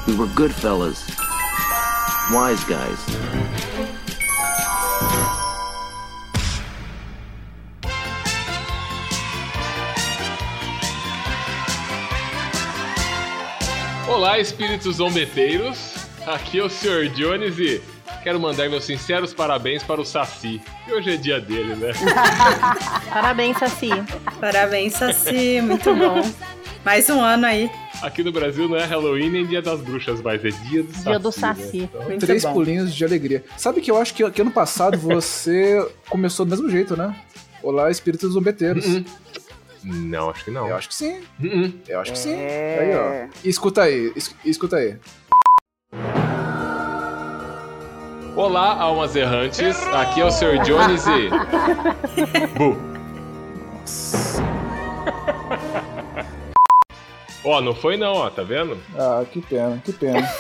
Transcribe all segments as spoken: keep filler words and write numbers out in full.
We were good fellas. Wise guys. Olá, espíritos zombeteiros. Aqui é o senhor Jones e quero mandar meus sinceros parabéns para o Saci. Que hoje é dia dele, né? Parabéns, Saci. Parabéns, Saci. Muito bom. Mais um ano aí. Aqui no Brasil não é Halloween nem Dia das Bruxas, mas é Dia do Saci. Dia do Saci. Né? Então... Três bom. pulinhos de alegria. Sabe que eu acho que, que ano passado você começou do mesmo jeito, né? Olá, espíritos zombeteiros. Uh-uh. Não, acho que não. Eu acho que sim. Uh-uh. Eu acho que sim. É... Aí, ó. Escuta aí, es- escuta aí. Olá, almas errantes. Aqui é o senhor Jones e... Bu. Ó, não foi não, ó, tá vendo? Ah, que pena, que pena.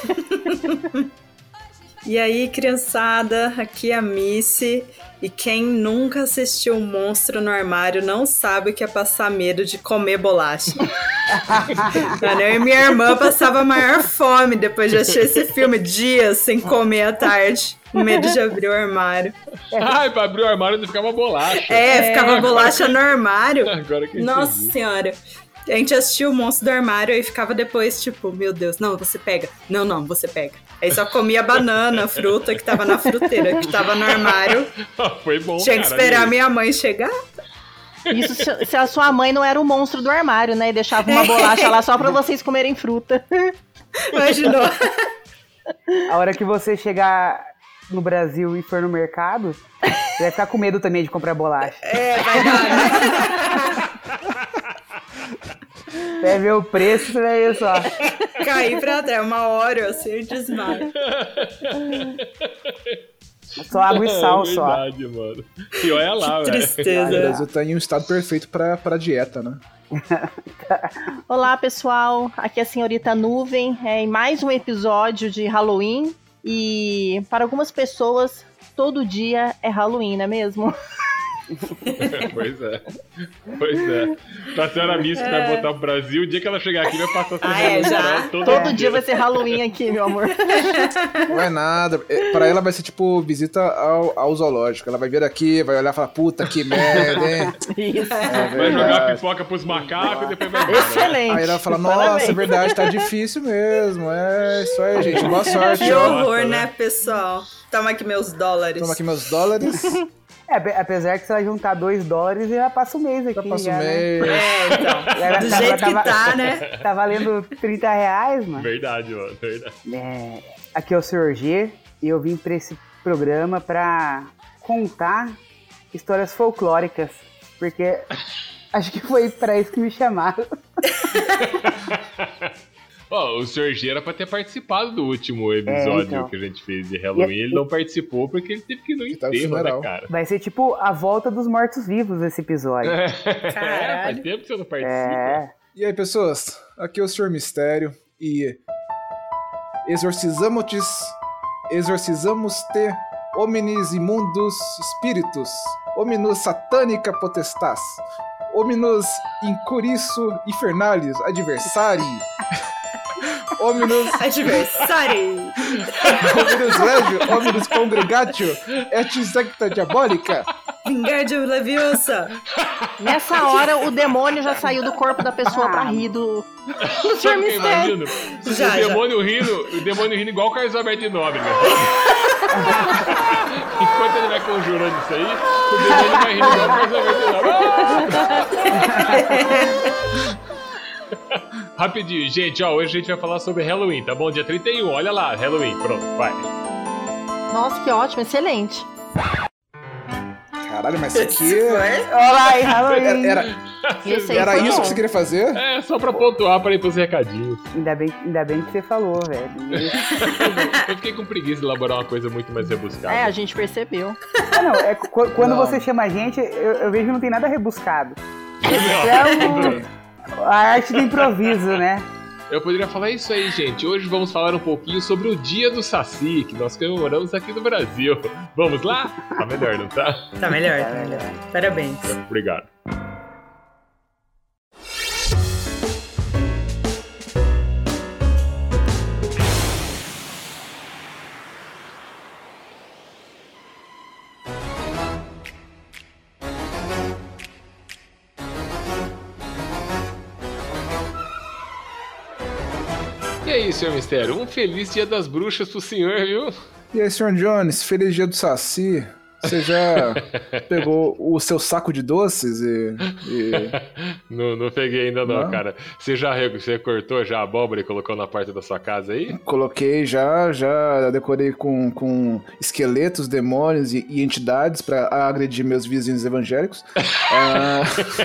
E aí, criançada, aqui é a Missy. E quem nunca assistiu Monstro no Armário não sabe o que é passar medo de comer bolacha. Mano, eu e minha irmã passava a maior fome depois de assistir esse filme, dias sem comer à tarde. Com medo de abrir o armário. Ai, pra abrir o armário não ficava bolacha. É, ficava bolacha no armário. Agora que eu Nossa entendi. senhora. A gente assistiu o Monstro do Armário e ficava depois, tipo, meu Deus, não, você pega. Não, não, você pega. Aí só comia banana, fruta que tava na fruteira, que tava no armário. Foi bom, Tinha que cara, esperar ali. minha mãe chegar. Isso se, se a sua mãe não era o monstro do armário, né? E deixava uma bolacha lá só pra vocês comerem fruta. Imaginou? A hora que você chegar no Brasil e for no mercado, você vai ficar com medo também de comprar bolacha. É, vai dar, né? Você vai ver o preço, você vai ver só. Cair pra trás, uma hora assim, eu desmaio. Só água e sal, é só. verdade, mano. E olha lá, Que velho. O tristeza. Brasil tá em um estado perfeito pra, pra dieta, né? Olá, pessoal. Aqui é a senhorita Nuvem. É, em mais um episódio de Halloween. E para algumas pessoas, todo dia é Halloween, não é mesmo? Pois é. Pois é. Pra senhora Miss que vai voltar pro Brasil, o dia que ela chegar aqui vai passar Ah, é, já? todo, Todo dia vai ser Halloween aqui, meu amor. Não é nada. É, Pra ela vai ser tipo visita ao, ao zoológico. Ela vai vir aqui, vai olhar e falar, puta que merda, hein? Isso. É Vai jogar verdade. pipoca pros macacos e depois vai embora. Excelente. Aí ela fala, Parabéns. nossa, é verdade, tá difícil mesmo. É isso aí, gente. Boa sorte. Que ó. horror, né? né, pessoal? Toma aqui meus dólares. Toma aqui meus dólares. É, ape- apesar que você vai juntar dois dólares e já passa o mês aqui. Já passa o já, né? mês. É, então. Já- Do já- jeito já que va- tá, né? Tá valendo trinta reais, mano. Verdade, mano. Verdade. É, aqui é o senhor G e eu vim pra esse programa pra contar histórias folclóricas, porque acho que foi pra isso que me chamaram. Ó, o senhor G era pra ter participado do último episódio É, então. que a gente fez de Halloween. E- Ele não participou porque ele teve que ir no tá no enterro, né, funeral. cara? Vai ser tipo a volta dos mortos-vivos esse episódio. É, faz Caralho. tempo que você não participa. É. E aí, pessoas? Aqui é o senhor Mistério e exorcizamos-te, exorcizamos-te, hominis imundos espíritos, hominus satanica potestas, hominus incurisso infernalis adversari, hominus, Adversário. hominus legio, hominus congregatio, et secta diabolica. Vingardium Leviosa. Nessa hora, o demônio já saiu do corpo da pessoa pra rir do, do senhor Sabe o que eu Mistério. imagino? Já, o já. demônio rindo, o demônio rindo igual o Carlos Alberto de Nóbrega. Enquanto ele vai conjurando isso aí, o demônio vai rindo igual o Carlos Alberto de Nóbrega. Rapidinho, gente, ó, hoje a gente vai falar sobre Halloween, tá bom? Dia trinta e um, olha lá, Halloween, pronto, vai. Nossa, que ótimo, excelente. Caralho, mas isso aqui... Olá aí, Halloween. Era, era, Esse aí era foi isso bom. que você queria fazer? É, só pra pontuar, pra ir pros recadinhos. Ainda bem, ainda bem que você falou, velho. Eu fiquei com preguiça de elaborar uma coisa muito mais rebuscada. É, a gente percebeu. Ah, não, é, qu- quando Não. você chama a gente, eu, eu vejo que não tem nada rebuscado. Não. É o, a arte do improviso, né? Eu poderia falar isso aí, gente. Hoje vamos falar um pouquinho sobre o Dia do Saci, que nós comemoramos aqui no Brasil. Vamos lá? Tá melhor, não tá? Tá melhor, tá melhor. Parabéns. Obrigado. E aí, senhor Mistério, um feliz dia das bruxas pro senhor, viu? E aí, senhor Jones, feliz dia do Saci. Você já pegou o seu saco de doces e... e... não, não peguei ainda não, não, cara. Você já você cortou já a abóbora e colocou na porta da sua casa aí? Coloquei já, já decorei com, com esqueletos, demônios e, e entidades pra agredir meus vizinhos evangélicos. ah...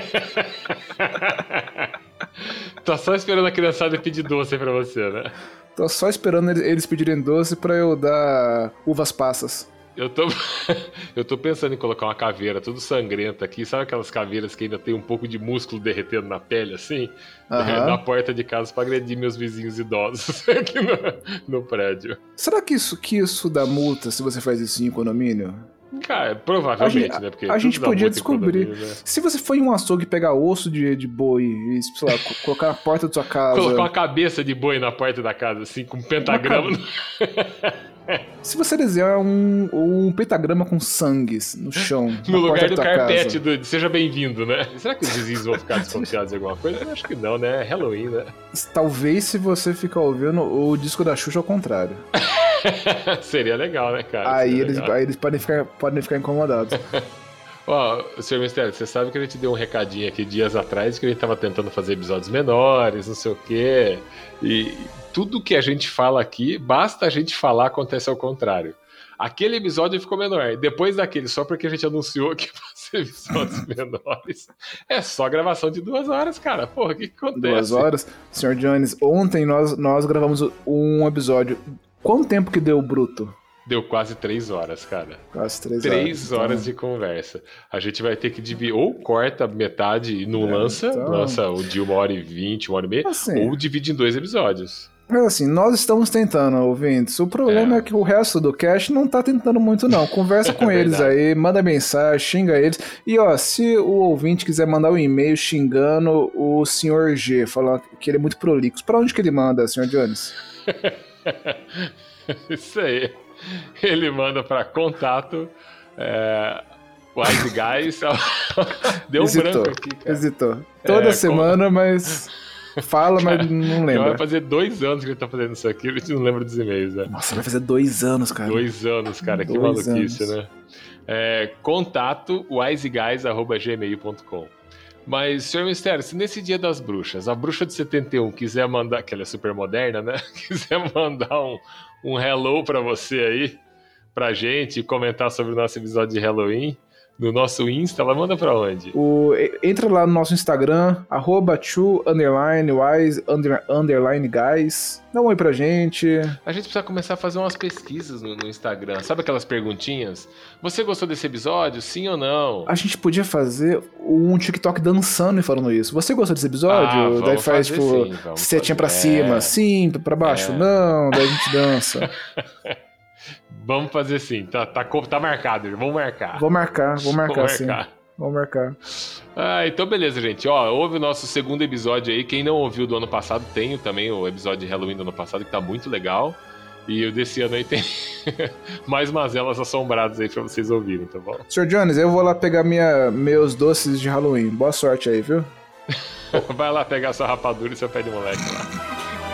Tô só esperando a criançada pedir doce pra você, né? Tô só esperando eles pedirem doce pra eu dar uvas passas. Eu tô, eu tô pensando em colocar uma caveira tudo sangrenta aqui. Sabe aquelas caveiras que ainda tem um pouco de músculo derretendo na pele, assim? Uhum. Na porta de casa pra agredir meus vizinhos idosos aqui no, no prédio. Será que isso, que isso dá multa se você faz isso em condomínio? Cara, provavelmente, a gente, né? Porque a gente podia descobrir. Né? Se você for em um açougue pegar osso de, de boi e, sei lá, colocar na porta da sua casa... Colocar uma cabeça de boi na porta da casa, assim, com um pentagrama... No... Se você desenhar um, um pentagrama com sangue no chão, no lugar do carpete casa. do Seja Bem-vindo, né? Será que os vizinhos vão ficar desconfiados de alguma coisa? Eu acho que não, né? É Halloween, né? Talvez se você ficar ouvindo o disco da Xuxa ao contrário. Seria legal, né, cara? Aí Seria eles, legal. aí eles podem ficar, podem ficar incomodados. Ó, oh, senhor Mistério, você sabe que a gente deu um recadinho aqui dias atrás que a gente tava tentando fazer episódios menores, não sei o quê. E tudo que a gente fala aqui, basta a gente falar, acontece ao contrário. Aquele episódio ficou menor. Depois daquele, só porque a gente anunciou que ia fazer episódios menores, é só gravação de duas horas, cara. Porra, o que, que acontece? Duas horas? senhor Jones, ontem nós, nós gravamos um episódio. Quanto tempo que deu bruto? Deu quase três horas, cara. Quase três horas. Três horas então... de conversa. A gente vai ter que dividir, ou corta metade e não é, lança, então... lança o de uma hora e vinte, uma hora e meia, assim, ou divide em dois episódios. Mas assim, nós estamos tentando, ouvintes. O problema é, é que o resto do cast não tá tentando muito, não. Conversa com é eles aí, manda mensagem, xinga eles. E ó, se o ouvinte quiser mandar um e-mail xingando o senhor G, falando que ele é muito prolixo, pra onde que ele manda, senhor Jones? Isso aí. Ele manda para contato é, Wise Guys. Deu um Hesitou, branco aqui, cara. Hesitou. Toda é, semana, com... mas fala, mas cara, não lembra. Vai fazer dois anos que ele tá fazendo isso aqui, a gente não lembra dos e-mails, né? Nossa, vai fazer dois anos, cara. Dois anos, cara, que dois maluquice, anos. né? É, contato wiseguys arroba gmail ponto com. Mas, senhor Mistério, se nesse dia das bruxas, a bruxa de setenta e um quiser mandar, que ela é super moderna, né? Quiser mandar um, um hello pra você aí, pra gente, e comentar sobre o nosso episódio de Halloween, no nosso Insta, ela manda pra onde? O, entra lá no nosso Instagram, arroba two, underline, wise, under, underline, guys. Dá um oi pra gente. A gente precisa começar a fazer umas pesquisas no, no Instagram. Sabe aquelas perguntinhas? Você gostou desse episódio? Sim ou não? A gente podia fazer um TikTok dançando e falando isso. Você gostou desse episódio? Ah, daí faz, tipo, sim, setinha pra cima, sim, pra baixo, é. não, daí a gente dança. Vamos fazer sim, tá, tá, tá marcado, vamos marcar. Vou marcar, vou marcar, vou sim. marcar. Vou marcar. Ah, então beleza, gente. Ó, houve o nosso segundo episódio aí. Quem não ouviu do ano passado, tem também o episódio de Halloween do ano passado, que tá muito legal. E o desse ano aí tem mais mazelas assombradas aí pra vocês ouvirem, tá bom? senhor Jones, eu vou lá pegar minha, meus doces de Halloween. Boa sorte aí, viu? Vai lá pegar sua rapadura e seu pé de moleque lá.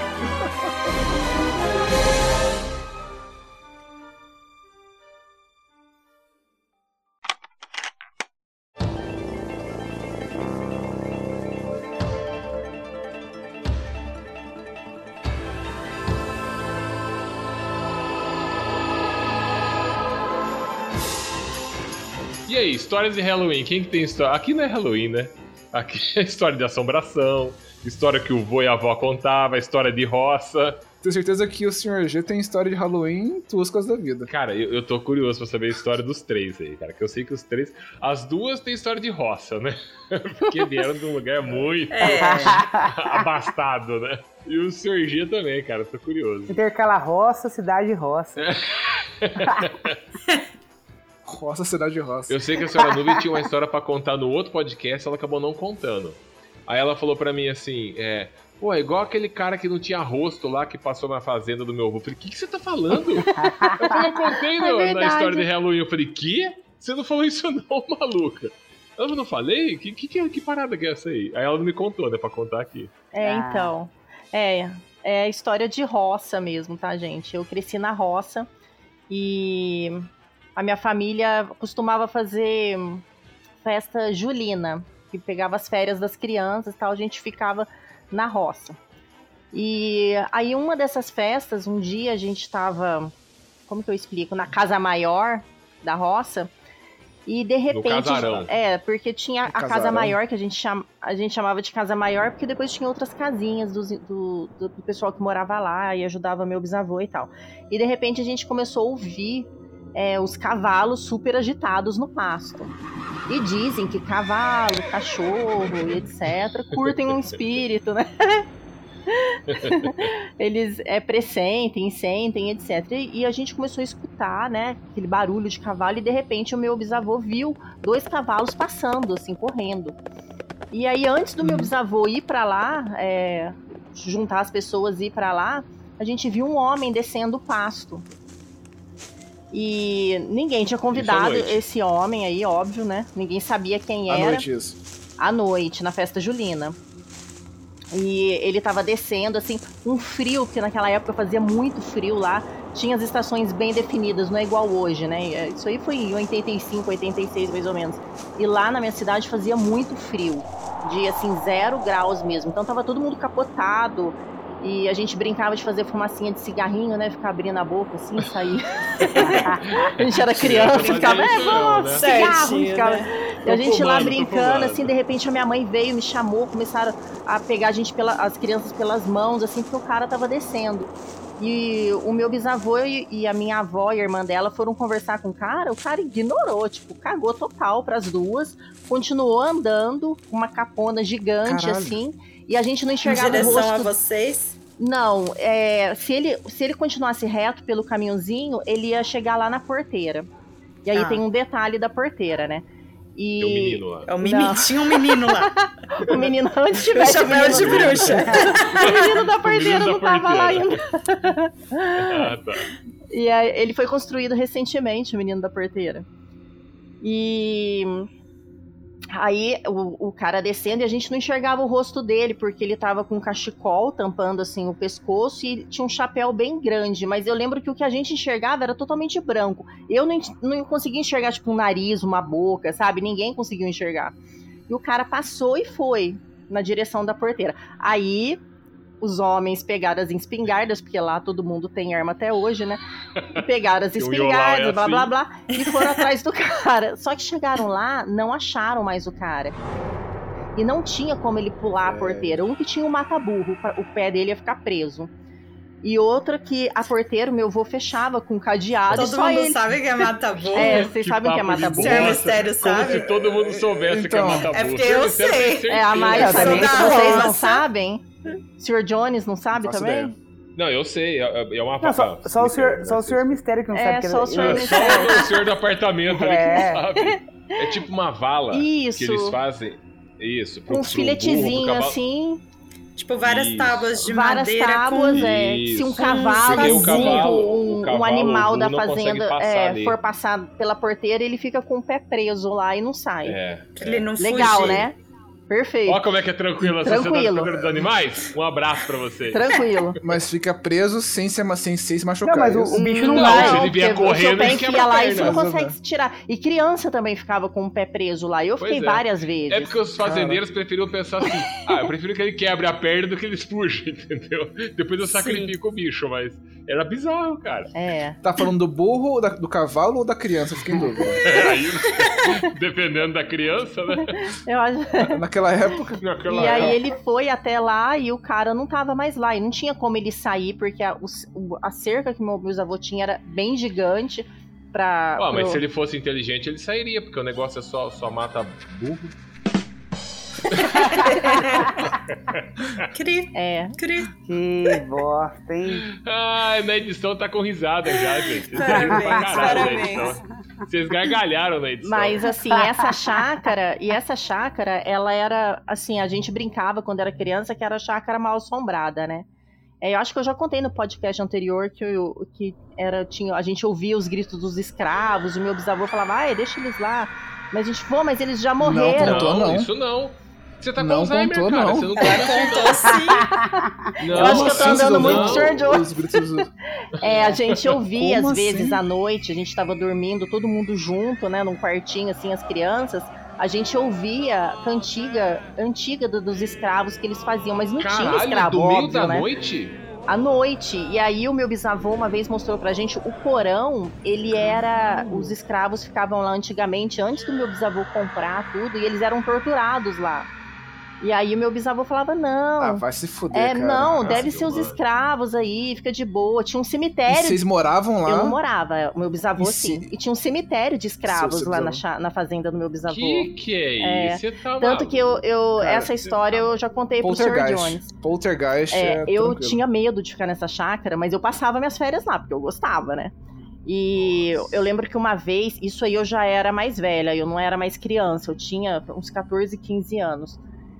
E aí, histórias de Halloween, quem que tem história? Aqui não é Halloween, né? Aqui é história de assombração, história que o vô e a avó contavam, história de roça. Tenho certeza que o senhor G tem história de Halloween tuscas da vida. Cara, eu, eu tô curioso pra saber a história dos três aí, cara. Que eu sei que os três... As duas têm história de roça, né? Porque vieram de um lugar muito É. abastado, né? E o senhor G também, cara. Tô curioso. Intercala roça, cidade e roça. Roça, cidade de roça. Eu sei que a senhora Nuvem tinha uma história pra contar no outro podcast, ela acabou não contando. Aí ela falou pra mim assim, é... Pô, é igual aquele cara que não tinha rosto lá, que passou na fazenda do meu avô. Eu falei, o que, que você tá falando? Eu falei, eu contei no, É na história de Halloween. Eu falei, que? Você não falou isso não, maluca? Ela falou, não falei? Que, que, que, que parada que é essa aí? Aí ela não me contou, né, pra contar aqui. É, Ah. então. É, é história de roça mesmo, tá, gente? Eu cresci na roça e a minha família costumava fazer festa julina, que pegava as férias das crianças e tal, a gente ficava na roça. E aí uma dessas festas, um dia a gente estava, como que eu explico, na casa maior da roça, e de repente... No casarão. É, porque tinha No a casarão. casa maior, que a gente, chama, a gente chamava de casa maior, porque depois tinha outras casinhas do, do, do pessoal que morava lá e ajudava meu bisavô e tal. E de repente a gente começou a ouvir é, os cavalos super agitados no pasto. E dizem que cavalo, cachorro e etcétera curtem um espírito, né? Eles é, pressentem, sentem, etcétera. E, e a gente começou a escutar, né, aquele barulho de cavalo, e de repente o meu bisavô viu dois cavalos passando, assim, correndo. E aí, antes do meu bisavô ir pra lá, é, juntar as pessoas e ir pra lá, a gente viu um homem descendo o pasto. E ninguém tinha convidado esse homem aí, óbvio, né? Ninguém sabia quem era. À noite, isso. À noite, na festa julina. E ele tava descendo, assim, um frio, porque naquela época fazia muito frio lá. Tinha as estações bem definidas, não é igual hoje, né? Isso aí foi em oitenta e cinco, oitenta e seis, mais ou menos. E lá na minha cidade fazia muito frio. De, assim, zero graus mesmo. Então tava todo mundo capotado. E a gente brincava de fazer fumacinha de cigarrinho, né? Ficar abrindo a boca, assim, sair. A gente era criança, ficava, é, vamos, cigarro, ficava... Né? E a gente lá fumando, brincando, assim, de repente a minha mãe veio, me chamou, começaram a pegar a gente, pela, as crianças pelas mãos, assim, porque o cara tava descendo. E o meu bisavô e, e a minha avó e a irmã dela foram conversar com o cara, o cara ignorou, tipo, cagou total pras duas, continuou andando, uma capona gigante, Caralho. assim, e a gente não Em enxergava o direção rosto. a vocês? Não, é, se, ele, se ele continuasse reto pelo caminhozinho, ele ia chegar lá na porteira. E aí Ah. tem um detalhe da porteira, né? E... Tem um menino lá. É o menino, tinha um menino lá. O menino, onde O tivesse o chapéu menino, de bruxa. o menino da porteira menino não da tava lá porteira. ainda. Ah, tá. E aí, ele foi construído recentemente, o menino da porteira. E aí o, o cara descendo e a gente não enxergava o rosto dele, porque ele tava com um cachecol tampando assim o pescoço e tinha um chapéu bem grande, mas eu lembro que o que a gente enxergava era totalmente branco. Eu não, não conseguia enxergar tipo um nariz, uma boca, sabe? Ninguém conseguiu enxergar. E o cara passou e foi na direção da porteira. Aí os homens pegaram as espingardas, porque lá todo mundo tem arma até hoje, né? E pegaram as E o espingardas, Iolau é blá, assim. blá, blá, e foram atrás do cara. Só que chegaram lá, não acharam mais o cara. E não tinha como ele pular a porteira. Um que tinha um mata-burro, o pé dele ia ficar preso. E outra que a porteira, o meu avô fechava com cadeado. Todo e só mundo ele... sabe que é mata-burro. É, vocês Que sabem o que é papo de mata-burro. Senhor bosta. Mistério Como sabe? se todo mundo soubesse Então, que é mata-burro. é porque Senhor eu Mistério sei. tem certeza. É, a Mari Eu também, também se sou. vocês não sabem. senhor Jones não sabe Faço também? ideia. Não, eu sei. É é uma Não, só, ah, só, o senhor, mistério, só o né? senhor Mistério que não É, sabe. que só o eu- senhor eu- É, Mistério. só o senhor do apartamento ali que É. não sabe. É tipo uma vala Isso. que eles fazem. Isso. Pro, Um pro filetezinho burro, pro cavalo. assim, Tipo, várias Isso. tábuas de várias madeira tábuas, com... é, Isso. se um cavalo, Porque o assim, cavalo- um, o cavalo, um animal o da burro não consegue fazenda passar é, ali. for passar pela porteira, ele fica com o pé preso lá e não sai. É. Pra ele não Legal, fugir. né? Perfeito. Olha como é que é tranquilo a Tranquilo. Sociedade Brasileira dos Animais. Um abraço pra você. Tranquilo. Mas fica preso sem se, sem, sem se machucar. Não, mas o- isso? o bicho não Não, vai. se ele vier porque o seu correndo, pé ele enfia quebra a lá e você não perna. consegue se tirar. E criança também ficava com o pé preso lá. Eu Pois fiquei é. várias vezes. É porque os fazendeiros preferiam pensar assim: ah, eu prefiro que ele quebre a perna do que ele expulse, entendeu? Depois eu sacrifico o bicho, mas era bizarro, cara. É. Tá falando do burro, ou da- do cavalo ou da criança? Fiquei em dúvida. Aí, dependendo da criança, né? Eu acho... Naquela época. Naquela E aí época. ele foi até lá e o cara não tava mais lá. E não tinha como ele sair, porque a, o- a cerca que meu bisavô tinha era bem gigante pra... Ó, mas pro- se ele fosse inteligente, ele sairia, porque o negócio é só, só mata burro. Cri, É. cri. Que bosta, hein? Ai, na edição tá com risada já, gente. Vocês riram Parabéns, pra caralho na parabéns. edição. Vocês gargalharam na edição. Mas assim, essa chácara, e essa chácara, ela era, assim, a gente brincava quando era criança que era a chácara mal assombrada, né? É, eu acho que eu já contei no podcast anterior que, eu, que era, tinha, a gente ouvia os gritos dos escravos, o meu bisavô falava, ai, deixa eles lá. Mas a gente, pô, mas eles já morreram. Não, Contou, não. isso não. Você tá com Não Alzheimer, contou, cara. não. Você não Ela contou sim. Não, Eu acho que eu tô Assim, andando vocês muito ouviram com o senhor Joe. os gritos- É, a gente ouvia Como às vezes assim? à noite, a gente tava dormindo, todo mundo junto, né, num quartinho assim, as crianças. A gente ouvia cantiga antiga do- dos escravos que eles faziam, mas não tinha Caralho, escravo, do meio óbvio, da né? noite? À noite. E aí o meu bisavô uma vez mostrou pra gente o porão, ele era... Os escravos ficavam lá antigamente, antes do meu bisavô comprar tudo, e eles eram torturados lá. E aí o meu bisavô falava, não... Ah, vai se fuder, é, cara. não, Ah, deve que ser os horror. escravos aí, fica de boa. Tinha um E cemitério. vocês moravam lá? Eu não morava, o meu bisavô E sim. se- E tinha um cemitério de escravos Seu- seu lá na, bisavô. cha- na fazenda do meu bisavô. Que que é É, isso? Você tá Tanto que eu, eu Cara, essa história eu já contei pro senhor Poltergeist. Jones. Poltergeist É, é, eu tranquilo. tinha medo de ficar nessa chácara, mas eu passava minhas férias lá, porque eu gostava, né? E eu lembro que uma vez, isso aí eu já era mais velha, eu não era mais criança, eu tinha uns catorze, quinze anos.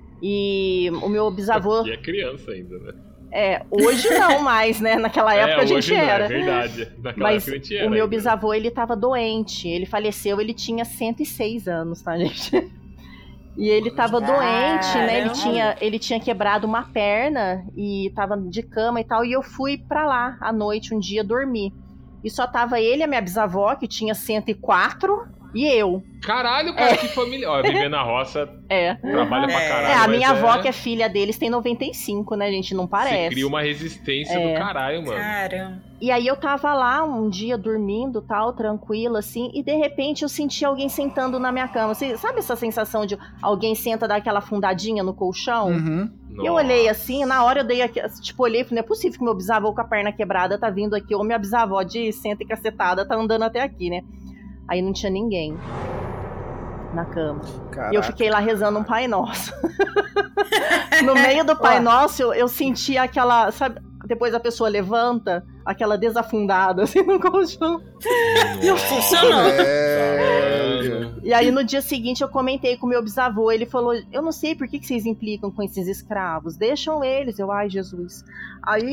E o meu bisavô, E é criança ainda, né? é, hoje não mais, né? Naquela época é, a gente hoje não, era. é verdade. Naquela Mas época a gente era o meu ainda. bisavô, ele tava doente. Ele faleceu, ele tinha cento e seis anos, tá, gente? E ele tava Caramba. doente, né? Ele tinha, ele tinha quebrado uma perna e tava de cama e tal. E eu fui pra lá à noite, um dia, dormir. E só tava ele e a minha bisavó, que tinha cento e quatro, e eu. Caralho, cara, que família. Ó, viver na roça É. trabalha pra É. caralho. É, a mas minha é... avó, que é filha deles, tem noventa e cinco, né, gente? Não Você parece. cria uma resistência É. do caralho, mano. Caramba. E aí eu tava lá um dia dormindo, tal, tranquila, assim, e de repente eu senti alguém sentando na minha cama. Você sabe essa sensação de alguém senta, dá aquela fundadinha no colchão? Uhum. E eu olhei assim, na hora eu dei aqui, tipo, olhei e falei, não é possível que meu bisavô com a perna quebrada tá vindo aqui, ou minha bisavó de senta e cacetada tá andando até aqui, né? Aí não tinha ninguém na cama. Caraca. E eu fiquei lá rezando um Pai Nosso. No meio do Pai Ó. Nosso, eu, eu senti aquela, sabe, depois a pessoa levanta, aquela desafundada assim no colchão. Funcionou. É... E aí no dia seguinte eu comentei com o meu bisavô, ele falou, eu não sei por que, que vocês implicam com esses escravos, deixam eles. Eu, ai Jesus. Aí,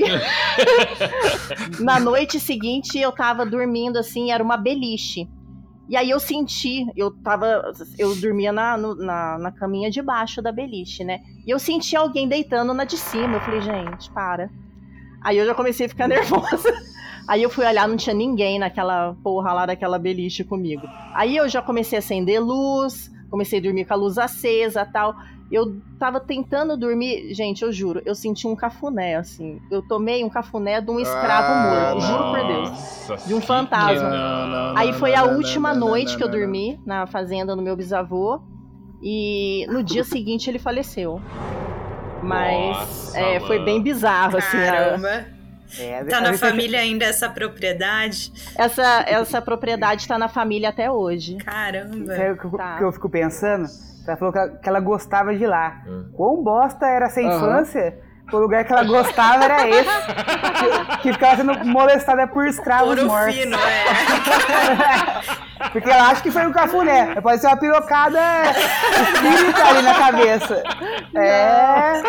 na noite seguinte eu tava dormindo assim, era uma beliche. E aí eu senti, eu tava, eu dormia na, no- na, na caminha de baixo da beliche, né? E eu senti alguém deitando na de cima, eu falei, gente, para. Aí eu já comecei a ficar nervosa. Aí eu fui olhar, não tinha ninguém naquela porra lá daquela beliche comigo. Aí eu já comecei a acender luz, comecei a dormir com a luz acesa e tal. Eu tava tentando dormir, gente, eu juro, eu senti um cafuné, assim. Eu tomei um cafuné de um escravo Ah, morto, juro por Deus. Nossa, De um que fantasma. que- Não, não, Aí não, foi não, a não, última não, não, noite não, que eu não, não. dormi na fazenda do meu bisavô. E no dia seguinte ele faleceu. Mas Nossa, é, foi mano. bem bizarro, assim. a- Caramba. É, Tá a na gente- família ainda essa propriedade? Essa, essa propriedade tá na família até hoje. Caramba. É o que, eu- Tá. que eu fico pensando. Ela falou que ela, que ela gostava de lá. Hum. Quão bosta era essa Aham. infância? O lugar que ela gostava era esse. que, que ficava sendo molestada por escravos Ouro mortos. fino, é. Porque ela acha que foi um cafuné. Pode ser uma pirocada espírita ali na cabeça. É.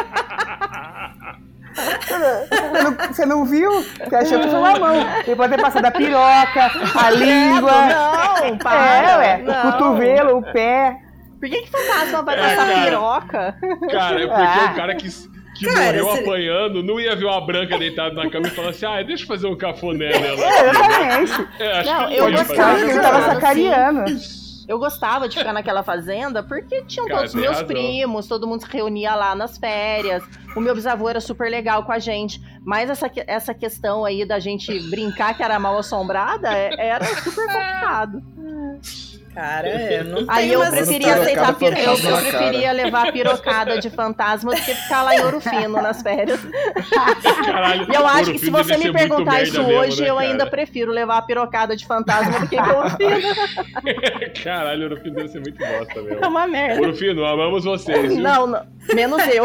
Você não, você não viu? Você achou que foi uma mão. Ele pode ter passado a piroca, a língua. Não, para. É, ué. não. O cotovelo, o pé. Por que que fantasma vai É, passar cara. piroca? Cara, é porque Ah. o cara que, que Cara, morreu você- apanhando não ia ver uma branca deitada na cama e falar assim, ah, deixa eu fazer um cafuné nela. É, exatamente. É, acho Não, que eu pode gostava Cara, fazer. ele de- tava Sim. sacaneando. Eu gostava de ficar naquela fazenda porque tinham Cara, todos os tem meus razão. primos, todo mundo se reunia lá nas férias. O meu bisavô era super legal com a gente. Mas essa, que- essa questão aí da gente brincar que era mal assombrada é- era super complicado. Cara, eu não tenho Aí eu umas preferia histórias- aceitar pir... eu, fantasma eu na preferia levar a pirocada de fantasma do que ficar lá em Ouro Fino nas férias. Caralho, E eu acho Ouro que se Fino você deve me ser muito perguntar merda isso mesmo, hoje, né, eu cara? ainda prefiro levar a pirocada de fantasma do que em Ouro Fino. Caralho, Ouro Fino deve ser muito bosta É mesmo. uma merda. Ouro Fino, amamos vocês, viu? Não, não, menos eu.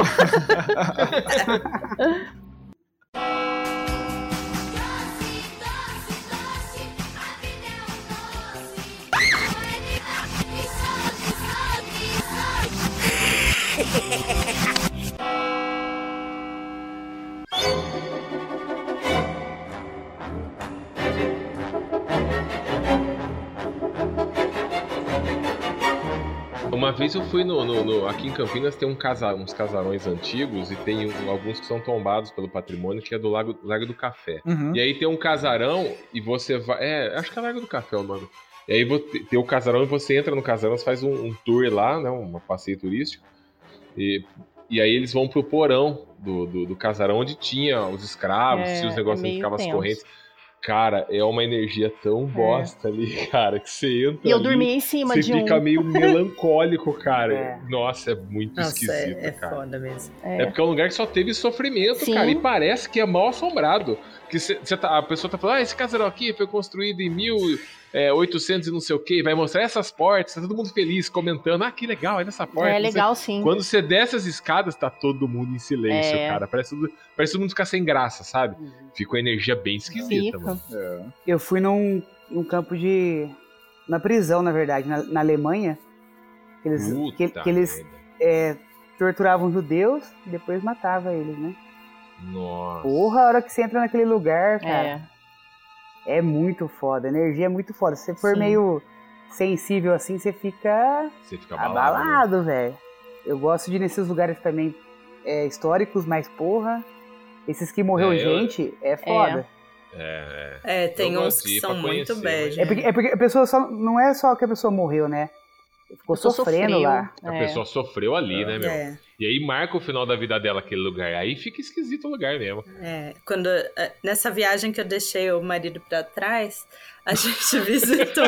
uma vez eu fui no, no, no- aqui em Campinas tem um casa, uns casarões antigos e tem um- alguns que são tombados pelo patrimônio, que é do Lago, Lago do Café. Uhum. E aí tem um casarão e você vai. É, acho que é Lago do Café o nome. E aí você, tem o casarão e você entra no casarão, você faz um, um tour lá, né? Um passeio turístico. E, e aí eles vão pro porão do, do, do casarão onde tinha os escravos, É, tinha os é negócios onde meio ficavam as tenso. correntes. Cara, é uma energia tão bosta ali, cara, que você entra E eu ali, dormi em cima você de fica um. meio melancólico, cara. É. Nossa, é muito Nossa, esquisito, é, é cara. foda mesmo. É porque é um lugar que só teve sofrimento, Sim. cara. E parece que é mal assombrado. Que cê, cê tá- a pessoa tá falando, ah, esse casarão aqui foi construído em mil e oitocentos e não sei o que. Vai mostrar essas portas, tá todo mundo feliz, comentando. Ah, que legal, olha essa porta. É não sei- legal, sim. Quando você desce as escadas, tá todo mundo em silêncio, É. cara. Parece, tudo- parece todo mundo ficar sem graça, sabe? Fica uma energia bem esquisita, Fica. mano. É. Eu fui num, num campo de. Na prisão, na verdade, na, na Alemanha. Que eles, Puta que, que eles merda. é, torturavam judeus e depois matavam eles, né? Nossa. Porra, a hora que você entra naquele lugar, cara, É. é, muito foda. A energia é muito foda. Se você for Sim. meio sensível assim, você fica Você fica abalado. né? abalado, velho. Eu gosto de ir nesses lugares também é, históricos, mas porra, esses que morreu É, eu- gente, é foda. É, É, tem Eu uns gosto de que ir são pra muito conhecer, bad. É porque, é porque a pessoa só. Não é só que a pessoa morreu, né? Ficou A pessoa sofrendo sofreu. lá. A É. pessoa sofreu ali, né, meu? É, E aí marca o final da vida dela aquele lugar. Aí fica esquisito o lugar mesmo. é. Quando, eh, nessa viagem que eu deixei o marido pra trás, a gente visitou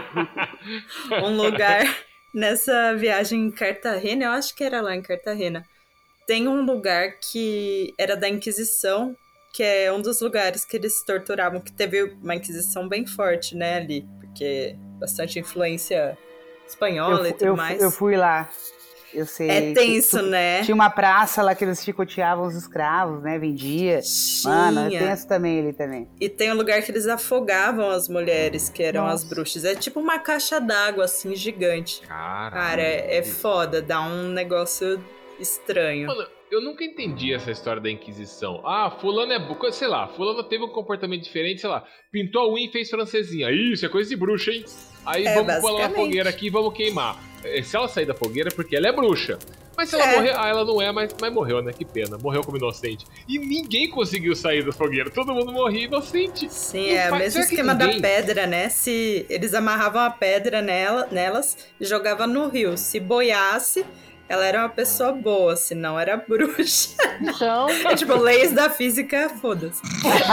um, um lugar nessa viagem em Cartagena, eu acho que era lá em Cartagena. Tem um lugar que era da Inquisição, que é um dos lugares que eles torturavam, que teve uma Inquisição bem forte, né, ali, porque bastante influência espanhola Eu, e fu- tudo eu, fu- mais. eu fui lá. Eu sei. É tenso, Tinha- né? Tinha uma praça lá que eles chicoteavam os escravos, né? Vendia. Mano, é Tinha. tenso também ali também. E tem um lugar que eles afogavam as mulheres, que eram Nossa. as bruxas. É tipo uma caixa d'água, assim, gigante. Caralho. Cara, é, é foda, dá um negócio estranho. Mano, eu nunca entendi essa história da Inquisição. Ah, fulano é... bu- sei lá, fulano teve um comportamento diferente, sei lá. Pintou a unha e fez francesinha. Ih, isso é coisa de bruxa, hein? Aí É, vamos pôr ela na basicamente. fogueira aqui e vamos queimar. Eh, Se ela sair da fogueira é porque ela é bruxa. Mas se ela É. morrer... Ah, ela não é, mas, mas morreu, né? Que pena. Morreu como inocente. E ninguém conseguiu sair da fogueira. Todo mundo morria inocente. Sim, Não é o faz- mesmo será que esquema ninguém- da pedra, né? Se eles amarravam a pedra nela, nelas e jogavam no rio. Se boiasse, ela era uma pessoa boa, se não era bruxa. Então, É tipo, leis da física, foda-se.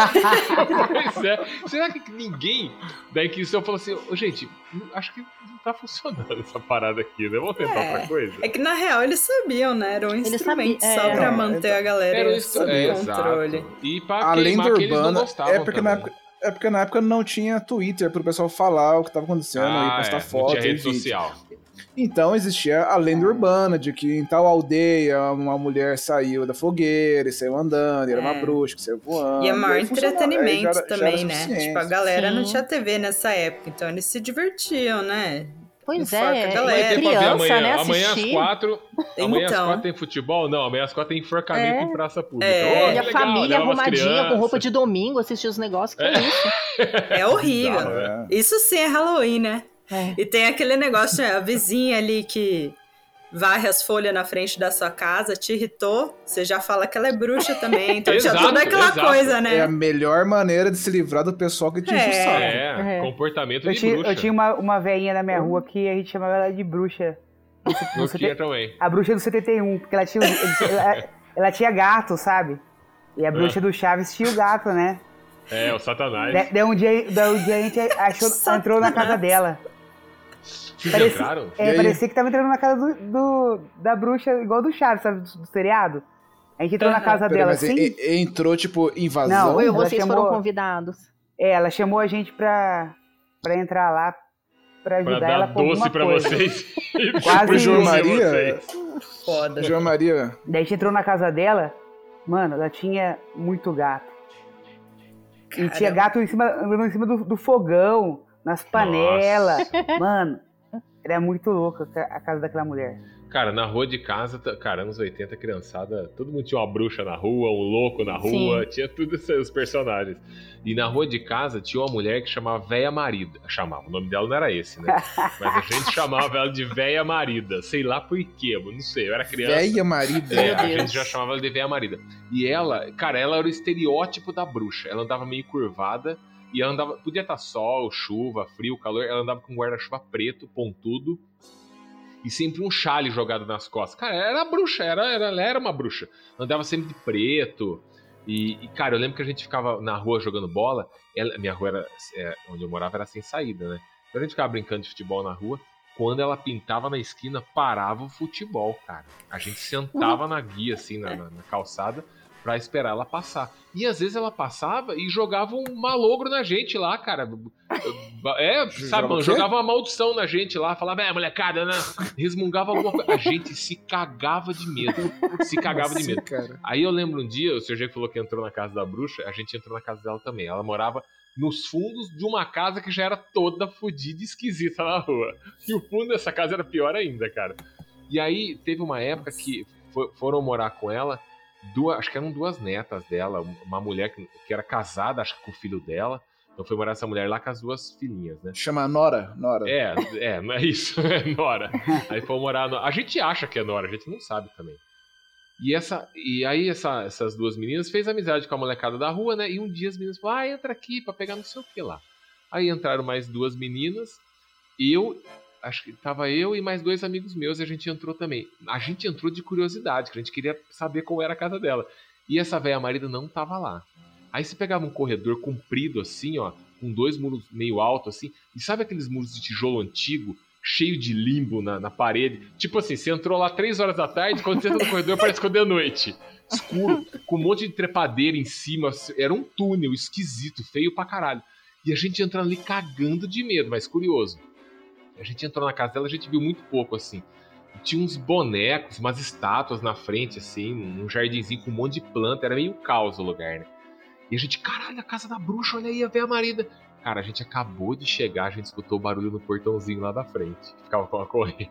Pois é. Será que ninguém da Inquisição falou assim, "Ô, gente, acho que não tá funcionando essa parada aqui, né? Vamos tentar É. outra coisa? É que na real eles sabiam, né? Era um Eles instrumento sabiam, só é. pra Não, manter a galera Era isso, sob é, controle. exato. E pra A lenda queimar que eles não urbana gostavam é porque, na também. época, é porque na época não tinha Twitter pro pessoal falar o que tava acontecendo Ah, e postar é, foto não tinha e rede vídeo. social. Então existia a lenda urbana de que em tal aldeia uma mulher saiu da fogueira e saiu andando, e era uma É. bruxa que saiu voando. E é maior aí funcionava, aí entretenimento já era- já era também, né? suficiente. Tipo, a galera não Sim. tinha T V nessa época, então eles se divertiam, né? pois Enforca a é, galera. Vai ter pra ver criança, amanhã. né, Amanhã às assistir. quatro. Amanhã às Então. quatro tem futebol? Não, amanhã às quatro tem enforcamento É. em praça pública. É. Ô, E que a legal, família leva as arrumadinha, com crianças. roupa de domingo, assistir os negócios, que é isso? É horrível. Bizarro, né? Isso sim é Halloween, né? É. E tem aquele negócio, né? A vizinha ali que varre as folhas na frente da sua casa, te irritou, você já fala que ela é bruxa também. Então tinha Exato, toda aquela exato. coisa, É a né? melhor maneira de se livrar do pessoal que te enche o É. saco. É, É. comportamento Eu de tinha, bruxa. eu tinha uma, uma velhinha na minha rua que a gente chamava ela de bruxa. No Você tinha tem- também. A bruxa do setenta e um, porque ela tinha, ela, ela tinha gato, sabe? E a bruxa do Chaves tinha o gato, né? É, o Satanás. Da- Daí um dia, daí um dia a gente achou, entrou na casa dela. Vocês Parecia, entraram? é, E aí? parecia que tava entrando na casa do, do- da bruxa, igual do Chaves, sabe? Do, do seriado. A gente entrou na Aham. casa Pera, dela mas assim. e- e- entrou, tipo, invasão? Não, Ou eu, ela vocês chamou- foram convidados. É, ela chamou a gente pra, pra entrar lá, pra Pra ajudar ela dar com doce alguma pra coisa. vocês. E Quase pro João isso. Maria? vocês. Foda. João Maria. Daí a gente entrou na casa dela, mano, ela tinha muito gato. E Caramba. tinha gato em cima, andando em cima do, do fogão, nas panelas. Mano, era muito louca a casa daquela mulher. Cara, na rua de casa, cara, anos oitenta, criançada, todo mundo tinha uma bruxa na rua, um louco na rua, Sim. tinha tudo esses personagens. E na rua de casa tinha uma mulher que chamava Véia Marida. Chamava, o nome dela não era esse, né? Mas a gente chamava ela de Véia Marida. Sei lá por quê, eu não sei, eu era criança. Véia Marida? É, a gente já chamava ela de Véia Marida. E ela, cara, ela era o estereótipo da bruxa. Ela andava meio curvada e ela andava, podia estar sol, chuva, frio, calor, ela andava com um guarda-chuva preto, pontudo, e sempre um chale jogado nas costas. Cara, era bruxa, era, era, ela era uma bruxa. Andava sempre de preto. E, e, cara, eu lembro que a gente ficava na rua jogando bola. Ela, minha rua, era, é, onde eu morava, era sem saída, né? Então a gente ficava brincando de futebol na rua. Quando ela pintava na esquina, parava o futebol, cara. A gente sentava na guia, assim, na, na, na calçada, pra esperar ela passar. E às vezes ela passava e jogava um malogro na gente lá, cara. É, sabe, mano, jogava uma maldição na gente lá, falava, é, molecada, né? Resmungava alguma coisa. A gente se cagava de medo. Se cagava de medo. Cara. Aí eu lembro um dia, o Sergei falou que entrou na casa da bruxa, a gente entrou na casa dela também. Ela morava nos fundos de uma casa que já era toda fodida e esquisita na rua. E o fundo dessa casa era pior ainda, cara. E aí teve uma época que for, foram morar com ela. Duas, acho que eram duas netas dela, uma mulher que, que era casada, acho que com o filho dela. Então foi morar essa mulher lá com as duas filhinhas, né? Chama Nora, Nora. É, é, não é isso, é Nora. Aí foi morar, no, a gente acha que é Nora, a gente não sabe também. E, essa, e aí essa, essas duas meninas fez amizade com a molecada da rua, né? E um dia as meninas falaram, ah, entra aqui pra pegar não sei o que lá. Aí entraram mais duas meninas, eu... Acho que tava eu e mais dois amigos meus e a gente entrou também. A gente entrou de curiosidade, que a gente queria saber qual era a casa dela. E essa velha marida não tava lá. Aí você pegava um corredor comprido assim, ó, com dois muros meio altos assim, e sabe aqueles muros de tijolo antigo, cheio de limbo na, na parede? Tipo assim, você entrou lá três horas da tarde, quando você entra no corredor parece que é de noite. Escuro, com um monte de trepadeira em cima, era um túnel esquisito, feio pra caralho. E a gente entrando ali cagando de medo, mas curioso. A gente entrou na casa dela, a gente viu muito pouco, assim. Tinha uns bonecos, umas estátuas na frente, assim, um jardinzinho com um monte de planta. Era meio caos o lugar, né? E a gente, caralho, a casa da bruxa, olha aí, a véia marida. Cara, a gente acabou de chegar, a gente escutou o barulho no portãozinho lá da frente. Ficava com a corrente.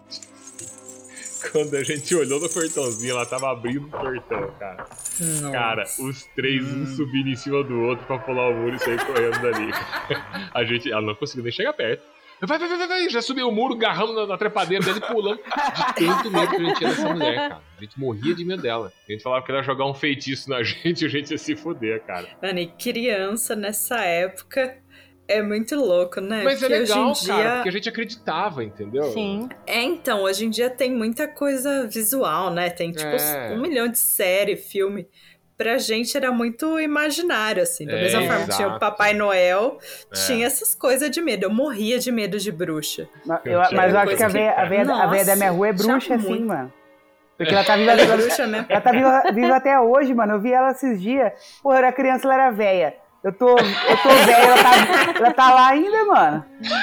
Quando a gente olhou no portãozinho, ela tava abrindo o portão, cara. Nossa. Cara, os três, um subindo em cima do outro pra pular o muro e sair correndo dali. A gente, ela não conseguiu nem chegar perto. Vai, vai, vai, vai, já subiu o muro, agarramos na, na trepadeira dele, pulando. De tanto medo que a gente tinha dessa mulher, cara. A gente morria de medo dela. A gente falava que ela ia jogar um feitiço na gente e a gente ia se foder, cara. Mano, e criança nessa época é muito louco, né? Mas porque é legal, hoje em dia... cara, porque a gente acreditava, entendeu? Sim. É, então, hoje em dia tem muita coisa visual, né? Tem, tipo, é. um milhão de série, filme... Pra gente era muito imaginário, assim. Da é, mesma forma que tinha o Papai Noel, é. tinha essas coisas de medo. Eu morria de medo de bruxa. Mas eu, mas eu acho que a véia, que... a, véia, a véia da minha rua é bruxa, assim, muito. mano. Porque ela tá viva, ela é bruxa, né? Ela tá viva, viva até hoje, mano. Eu vi ela esses dias. Pô, eu era criança, ela era véia. Eu tô, eu tô velha, ela tá, ela tá lá ainda, mano.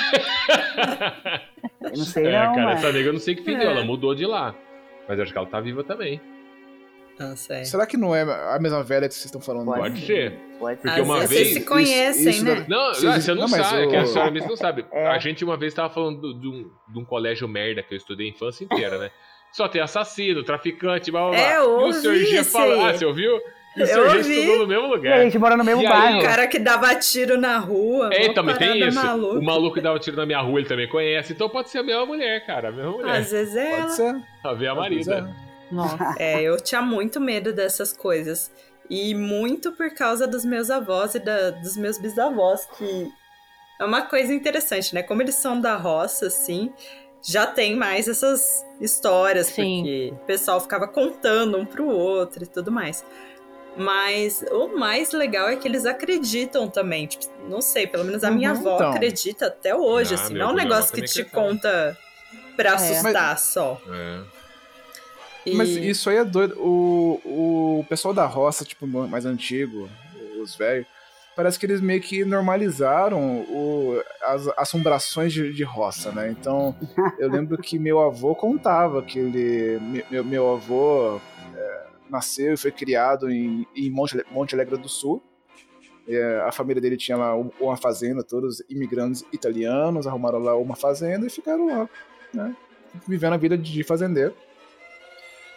Eu não sei, é, não, cara, mano. essa nega eu não sei o que fim deu. Ela mudou de lá. Mas eu acho que ela tá viva também. Não sei. Será que não é a mesma velha que vocês estão falando? Pode, Pode ser. Pode Porque Às uma vezes vez... vocês se conhecem, isso, isso né? Não, vocês... você não, não sabe, eu... que a senhora mesmo não sabe. É. A gente uma vez tava falando de um, de um colégio merda que eu estudei a infância inteira, né? Só tem assassino, traficante, blá, blá, blá. É, eu ouvi. E o Serginho fala... Ah, você ouviu? E o Serginho estudou no mesmo lugar. E a gente mora no mesmo e bairro. O cara que dava tiro na rua. É, também tem isso. Maluca. O maluco que dava tiro na minha rua, ele também conhece. Então pode ser a mesma mulher, cara. A mesma mulher. Às vezes é Pode ela. ser. A ver a marida. Nossa. É, eu tinha muito medo dessas coisas. E muito por causa dos meus avós e da, dos meus bisavós, que é uma coisa interessante, né? Como eles são da roça, assim, já tem mais essas histórias, Sim. porque o pessoal ficava contando um pro outro e tudo mais. Mas o mais legal é que eles acreditam também. Tipo, não sei, pelo menos a minha uhum, avó então. acredita até hoje, ah, assim. Não é um negócio que te conta pra é. assustar Mas... só. É. E... Mas isso aí é doido. O, o pessoal da roça, tipo, mais antigo, os velhos, parece que eles meio que normalizaram o, as assombrações de, de roça, né? Então, eu lembro que meu avô contava que ele... Meu, meu avô é, nasceu e foi criado em, em Monte, Monte Alegre do Sul. É, a família dele tinha lá uma fazenda, todos imigrantes italianos, arrumaram lá uma fazenda e ficaram lá, né? Vivendo a vida de fazendeiro.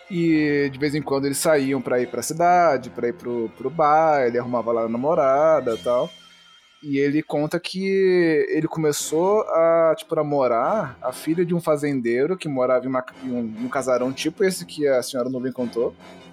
E de vez em quando eles saíam pra ir pra cidade, pra ir pro, pro bar, ele arrumava lá a namorada e tal. E ele conta que ele começou a, tipo, namorar a filha de um fazendeiro que morava em, uma, em, um, em um casarão tipo esse que a senhora Nuvem contou.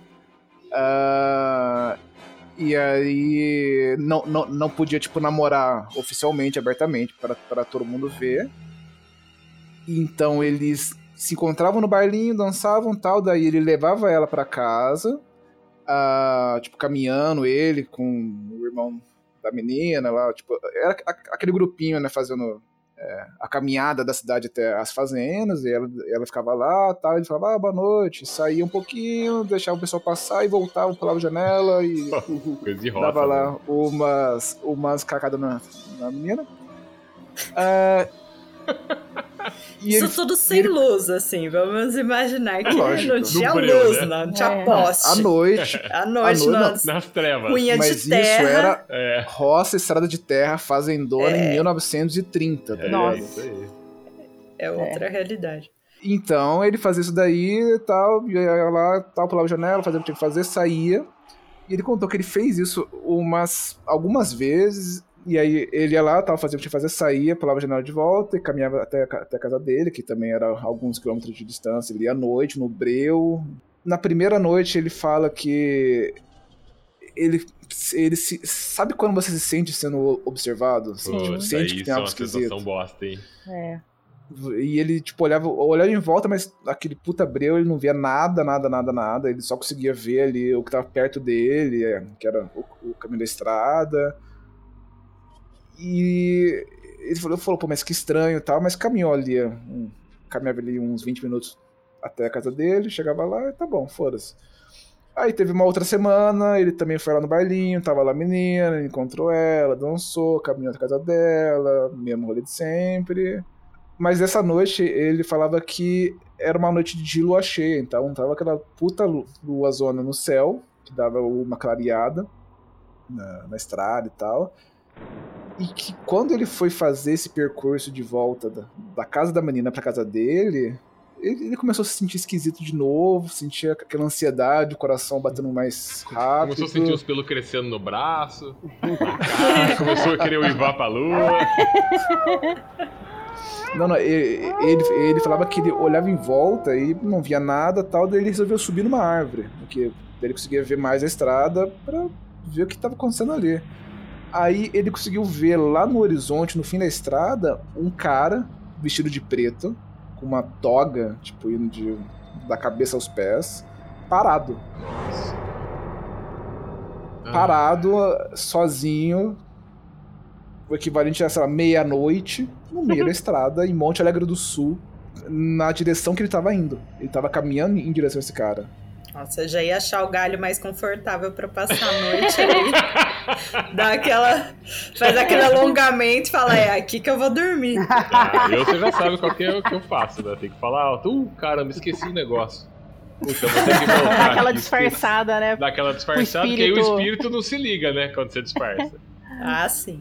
Uh, e aí não, não, não podia, tipo, namorar oficialmente, abertamente, para todo mundo ver. Então eles se encontravam no bailinho, dançavam e tal, daí ele levava ela pra casa, uh, tipo, caminhando ele com o irmão da menina lá, tipo, era aquele grupinho, né, fazendo é, a caminhada da cidade até as fazendas, e ela, ela ficava lá, tal, ele falava, ah, boa noite, saía um pouquinho, deixava o pessoal passar e voltava, pulava a janela e dava roça, lá né? umas, umas cacadas na, na menina. Uh, Isso ele, tudo sem ele... luz, assim, vamos imaginar que Lógico. não tinha breu, luz, né? não tinha É. poste. À noite. À noite, à noite nas, nas trevas. cunha Mas de terra. isso era É. roça, estrada de terra, fazendona É. em mil novecentos e trinta, tá É, ligado? isso aí. É outra realidade. Então ele fazia isso daí e tal, ia lá, tal, pulava a janela, fazia o que tinha que fazer, saía. E ele contou que ele fez isso umas, algumas vezes. E aí ele ia lá, tava fazendo o que tinha que fazer, saía, pulava a janela de volta e caminhava até, até a casa dele, que também era alguns quilômetros de distância. Ele ia à noite, no breu. Na primeira noite ele fala que ele, ele se, sabe quando você se sente sendo observado? Sim. Tipo, Putz, sente aí que tem isso é algo uma esquisito. sensação bosta, hein? É. E ele, tipo, olhava, olhava em volta, mas aquele puta breu, ele não via nada, nada, nada, nada. Ele só conseguia ver ali o que tava perto dele, que era o, o caminho da estrada. E ele falou, falou, pô, mas que estranho e tal, mas caminhou ali, um, caminhava ali uns vinte minutos até a casa dele, chegava lá e tá bom, foda-se. Aí teve uma outra semana, ele também foi lá no bailinho, tava lá a menina, encontrou ela, dançou, caminhou até a casa dela, mesmo rolê de sempre. Mas essa noite ele falava que era uma noite de lua cheia, então tava aquela puta lua zona no céu, que dava uma clareada na, na estrada e tal. E que quando ele foi fazer esse percurso de volta da, da casa da menina pra casa dele, ele, ele começou a se sentir esquisito de novo, sentia aquela ansiedade, o coração batendo mais rápido. Começou a sentir os pelos crescendo no braço, na cara, começou a querer uivar pra lua. Não, não, ele, ele, ele falava que ele olhava em volta e não via nada e tal, daí ele resolveu subir numa árvore, porque ele conseguia ver mais a estrada pra ver o que estava acontecendo ali. Aí ele conseguiu ver lá no horizonte, no fim da estrada, um cara vestido de preto, com uma toga, tipo, indo de, da cabeça aos pés, parado. Ah. Parado, sozinho, o equivalente a, sei lá, meia-noite, no meio da estrada, em Monte Alegre do Sul, na direção que ele tava indo. Ele tava caminhando em direção a esse cara. Nossa, eu já ia achar o galho mais confortável pra passar a noite aí. Dá aquela... Faz aquele alongamento e fala, é aqui que eu vou dormir. Ah, eu você já sabe qual que é o que eu faço, né? Tem que falar alto. Uh, caramba, esqueci o negócio. Puta, vou ter que voltar. Dá aquela aqui, disfarçada, né? Dá aquela disfarçada, porque aí o espírito não se liga, né? Quando você disfarça. Ah, sim.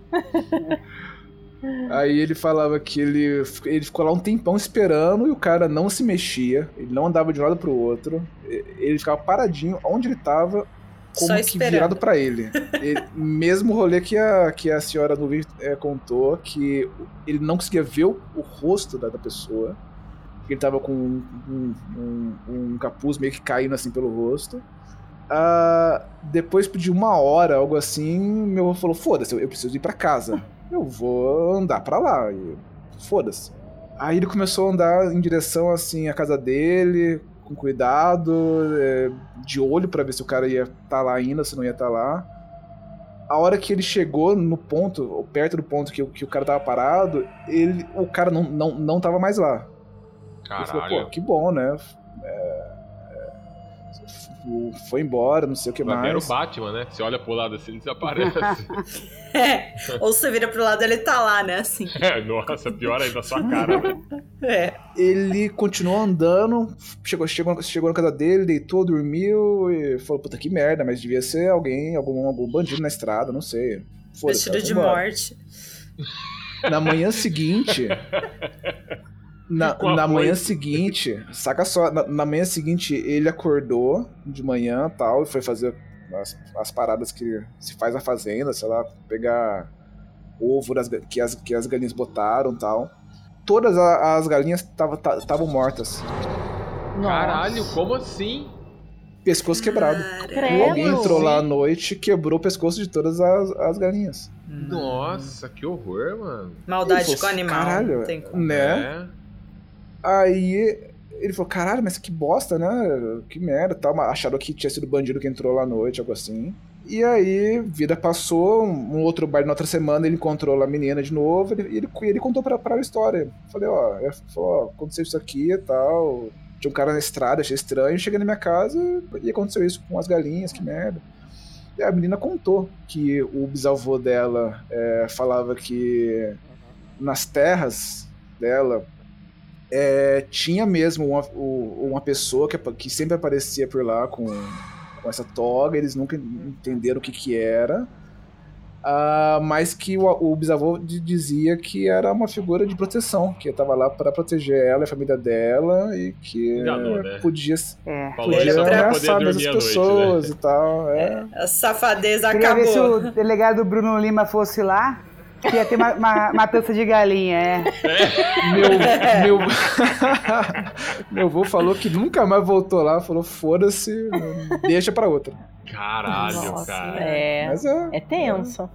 Aí ele falava que ele, ele ficou lá um tempão esperando e o cara não se mexia, ele não andava de um lado pro outro, ele ficava paradinho onde ele tava, como Só que esperando. virado pra ele. ele mesmo rolê que a, que a senhora Nuvem é, contou, que ele não conseguia ver o, o rosto da, da pessoa, ele tava com um, um, um, um capuz meio que caindo assim pelo rosto. Uh, depois de uma hora, algo assim, meu avô falou, foda-se, eu preciso ir pra casa. Eu vou andar pra lá. E foda-se. Aí ele começou a andar em direção, assim, à casa dele, com cuidado, é, de olho pra ver se o cara ia estar tá lá ainda, se não ia estar tá lá. A hora que ele chegou no ponto, ou perto do ponto que, que o cara tava parado, ele, o cara não, não, não tava mais lá. Caralho. Ele falou, pô, que bom, né? É... Foi embora, não sei o que Mas mais. era o Batman, né? Você olha pro lado assim, ele desaparece. É, ou você vira pro lado, ele tá lá, né? Assim. É, nossa, pior aí da sua cara, né? É. Ele continuou andando, chegou, chegou, chegou na casa dele, deitou, dormiu e falou, puta que merda, mas devia ser alguém, algum, algum bandido na estrada, não sei. Vestido de morte. Na manhã seguinte, Na, Com a na manhã voz. seguinte, saca só, na, na manhã seguinte ele acordou de manhã e tal, e foi fazer as, as paradas que se faz na fazenda, sei lá, pegar ovo das, que, as, que as galinhas botaram e tal. Todas a, as galinhas estavam mortas. Caralho, como assim? Pescoço quebrado. Credo. Alguém entrou lá à noite e quebrou o pescoço de todas as, as galinhas. Nossa, que horror, mano. Maldade Ele com falou, animal. caralho, não tem como. né? É. Aí ele falou, caralho, mas que bosta, né? Que merda, tal. Acharam que tinha sido bandido que entrou lá à noite, algo assim. E aí, vida passou, um outro baile na outra semana, ele encontrou lá a menina de novo, e ele, ele, ele contou pra, pra ela a história. Falei, ó, ele falou, ó, aconteceu isso aqui e tal. Tinha um cara na estrada, achei estranho, cheguei na minha casa e aconteceu isso com as galinhas, que merda. E a menina contou que o bisavô dela é, falava que nas terras dela é, tinha mesmo uma, uma pessoa que, que sempre aparecia por lá com, com essa toga, eles nunca entenderam o que que era, uh, mas que o, o bisavô dizia que era uma figura de proteção, que estava lá para proteger ela e a família dela e que Enganou, né? podia, É. Falou podia isso pra ameaçar poder mesmo dormir as à noite, pessoas né? e tal. É. A safadeza Queria ver se acabou. o delegado Bruno Lima fosse lá, que ia ter uma, uma matança de galinha, é. Meu, meu, meu avô falou que nunca mais voltou lá, falou foda-se, deixa pra outra. Caralho, Nossa, cara. É, Mas é, é tenso.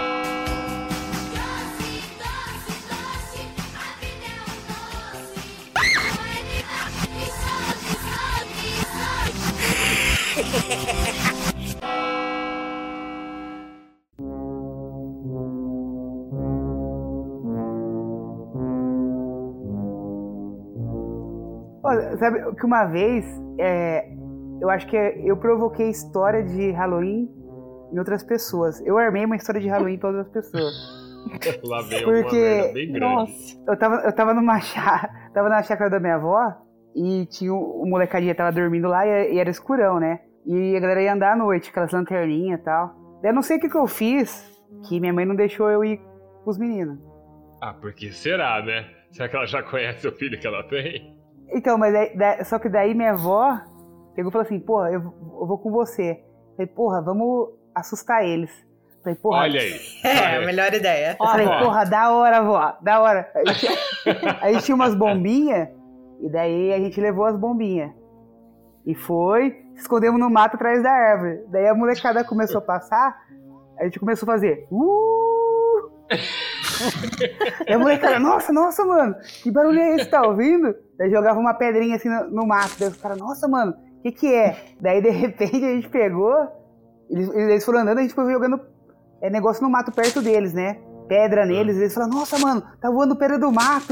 Ó, sabe que uma vez, é, eu acho que eu provoquei história de Halloween em outras pessoas. Eu armei uma história de Halloween pra outras pessoas. Lá veio Porque- uma merda bem grande. Nossa. Eu tava, eu tava numa chá, tava na chácara da minha avó e tinha um, um molecadinha tava dormindo lá e, e era escurão, né? E a galera ia andar à noite, aquelas lanterninhas e tal. Daí eu não sei o que que eu fiz, que minha mãe não deixou eu ir com os meninos. Ah, porque será, né? Será que ela já conhece o filho que ela tem? Então, mas daí, daí- só que daí minha avó pegou e falou assim, porra, eu, eu vou com você. Falei, porra, vamos assustar eles. Falei, porra, Olha aí. É, a melhor ideia. eu falei, Ó. porra, da hora, vó, da hora. Aí tinha, aí tinha umas bombinhas, e daí a gente levou as bombinhas. E foi, se escondemos no mato atrás da árvore. Daí a molecada começou a passar, a gente começou a fazer, uh! E a molecada, nossa, nossa, mano, que barulho é esse, tá ouvindo? Daí jogava uma pedrinha assim no, no mato, daí os caras, nossa, mano, o que que é? Daí de repente a gente pegou, eles, eles foram andando, a gente foi jogando é, negócio no mato perto deles, né? Pedra neles, eles falaram, nossa, mano, tá voando pedra do mato.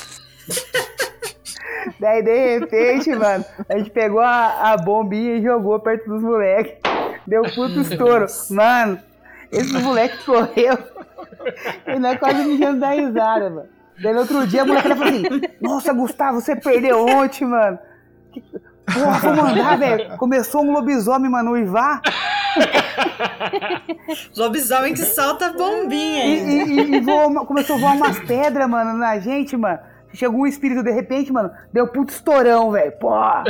Daí de repente, mano, a gente pegou a, a bombinha e jogou perto dos moleques. Deu puto estouro. Mano, esse moleque correu. E nós quase mijando da risada, mano. Daí no outro dia a moleque falou assim: nossa, Gustavo, você perdeu ontem, mano. Que... Porra, vou mandar, velho. Começou um lobisomem, mano, uivar. Lobisomem que solta bombinha. E, ainda. e, e, e voou, começou a voar umas pedras, mano, na gente, mano. Chegou um espírito de repente, mano. Deu puto estourão, velho. Porra.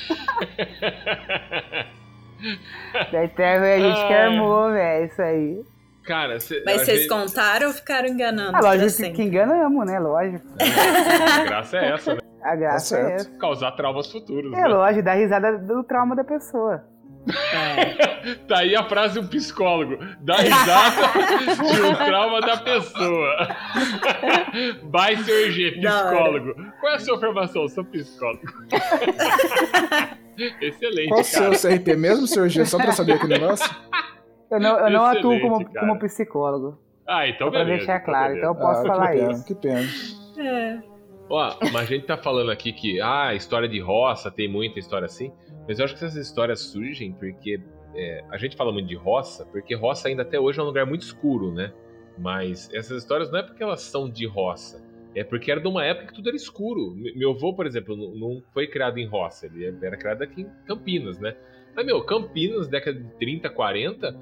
Daí teve a gente que armou, velho. Isso aí. Cara, cê, Mas a vocês gente- contaram ou ficaram enganando? Ah, pra lógico que, sempre? que enganamos, né? Lógico. A graça é essa, né? A graça Tá é certo. essa. Causar traumas futuros, É né? lógico, dar risada do trauma da pessoa. Tá aí a frase de um psicólogo. Dá risada de um trauma da pessoa. Vai, senhor G, Da hora. psicólogo. Qual é a sua formação? Eu sou psicólogo. Excelente, Qual o seu cara. C R P mesmo, senhor G? Só pra saber aquele negócio? Eu não, eu não atuo Excelente, como, cara. como psicólogo. Ah, então Só pra beleza. deixar então claro. beleza. Então eu posso Ah, falar que pena, isso. que pena. É. Ó, mas a gente tá falando aqui que, ah, história de roça, tem muita história assim, mas eu acho que essas histórias surgem porque é, a gente fala muito de roça, porque roça ainda até hoje é um lugar muito escuro, né? Mas essas histórias não é porque elas são de roça, é porque era de uma época que tudo era escuro. Me- Meu avô, por exemplo, não- não foi criado em roça, ele era criado aqui em Campinas, né? Mas, meu, Campinas, década de trinta, quarenta,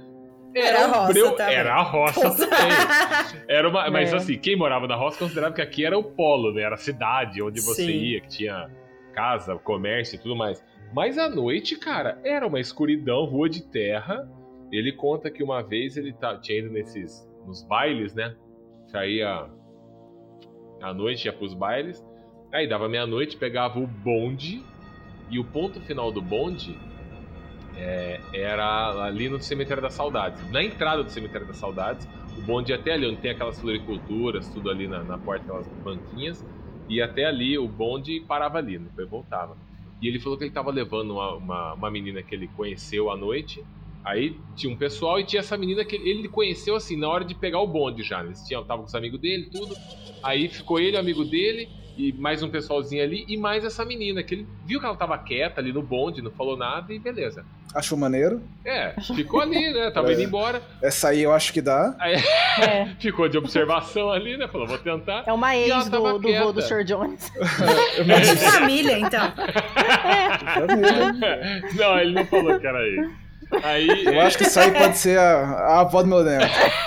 Era, Era a um roça breu... também. Era a roça também. Era uma... Mas É. assim, quem morava na roça considerava que aqui era o polo, né? Era a cidade onde você Sim. ia, que tinha casa, comércio e tudo mais. Mas à noite, cara, era uma escuridão, rua de terra. Ele conta que uma vez ele tá... tinha ido nesses... nos bailes, né? Saía à noite, ia pros bailes. Aí dava meia-noite, pegava o bonde. E o ponto final do bonde é, era ali no Cemitério das Saudades. Na entrada do Cemitério das Saudades, o bonde ia até ali, onde tem aquelas floriculturas, tudo ali na, na porta, aquelas banquinhas. E até ali o bonde parava ali, depois voltava. E ele falou que ele tava levando uma, uma, uma menina que ele conheceu à noite. Aí tinha um pessoal e tinha essa menina que ele conheceu assim, na hora de pegar o bonde já. Eles tinham, tava com os amigos dele, tudo. Aí ficou ele, o amigo dele, e mais um pessoalzinho ali, e mais essa menina, que ele viu que ela tava quieta ali no bonde, não falou nada, e beleza. Achou maneiro? É, ficou ali, né? Tava É. indo embora. Essa aí eu acho que dá. Aí É, ficou de observação ali, né? Falou, vou tentar. é uma E ela ex tava do, do voo do quieta. senhor Jones. É de família, então. Não, ele não falou que era ele. Aí, Eu acho que isso aí pode ser a, a avó do meu neto.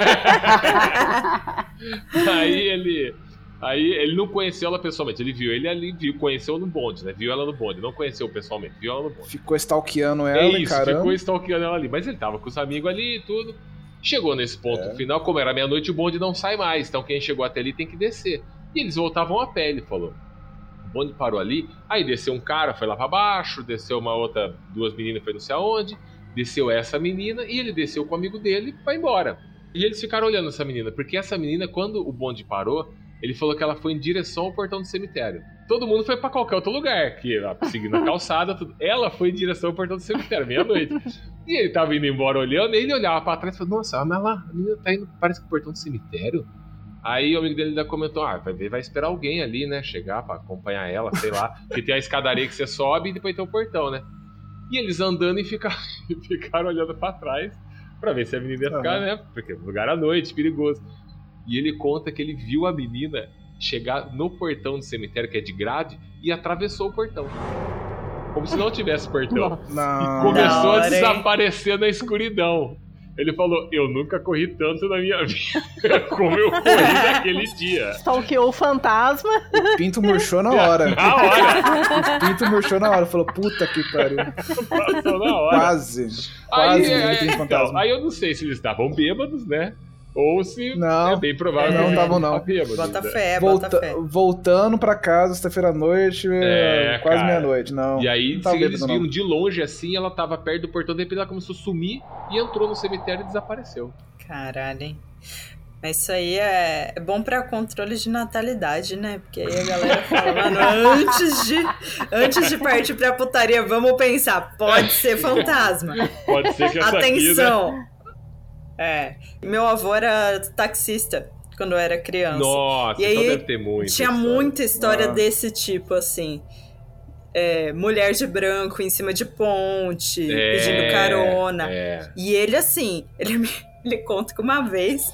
aí ele. Aí ele não conheceu ela pessoalmente. Ele viu ele ali, viu, conheceu no bonde, né? Viu ela no bonde, não conheceu pessoalmente, viu ela no bonde. Ficou stalkeando É ela, isso, caramba. ficou stalkeando ela ali. Mas ele tava com os amigos ali e tudo. Chegou nesse ponto É. final, como era meia-noite, o bonde não sai mais. Então quem chegou até ali tem que descer. E eles voltavam a pé, ele falou. O bonde parou ali, aí desceu um cara, foi lá pra baixo, desceu uma outra, duas meninas, foi não sei aonde. Desceu essa menina e ele desceu com o amigo dele e foi embora. E eles ficaram olhando essa menina, porque essa menina, quando o bonde parou, ele falou que ela foi em direção ao portão do cemitério. Todo mundo foi pra qualquer outro lugar, que seguindo a calçada, tudo. Ela foi em direção ao portão do cemitério, meia-noite. E ele tava indo embora olhando, e ele olhava pra trás e falou, nossa, mas lá, a menina tá indo, parece que o portão do cemitério. Aí o amigo dele ainda comentou, ah, vai ver, vai esperar alguém ali, né, chegar pra acompanhar ela, sei lá. Porque tem a escadaria que você sobe e depois tem o portão, né. E eles andando e ficaram, ficaram olhando pra trás pra ver se a menina ia ficar, Uhum. né? Porque lugar à noite, perigoso. E ele conta que ele viu a menina chegar no portão do cemitério, que é de grade, e atravessou o portão. Como se não tivesse portão. Não. E começou Da hora, a hein? desaparecer na escuridão. Ele falou, eu nunca corri tanto na minha vida como eu corri naquele dia. Stalkeou o fantasma. O pinto murchou na hora. Na hora, O pinto murchou na hora. Falou, puta que pariu. passou na hora. Quase. Aí, Quase é, que tem então, fantasma. aí eu não sei se eles estavam bêbados, né? Ou se Não. é bem provável Não que eles estavam, não. bêbados, Bota né? fé, Volta- bota fé. voltando pra casa, sexta-feira à noite, É, quase cara. meia-noite. Não. E aí, não tava se eles bêbado, viram não. de longe assim, ela tava perto do portão, de repente ela começou a sumir e entrou no cemitério e desapareceu. Caralho, hein? Mas isso aí é, é bom pra controle de natalidade, né? Porque aí a galera fala, mano, antes de, antes de partir pra putaria, vamos pensar, pode ser fantasma. Pode ser que essa aqui, né? Atenção! É, meu avô era taxista quando eu era criança. Nossa, E então aí, deve ter muito. Tinha muita história Ah. desse tipo, assim. É, mulher de branco em cima de ponte, É, pedindo carona. É. E ele, assim, ele, me- ele conta que uma vez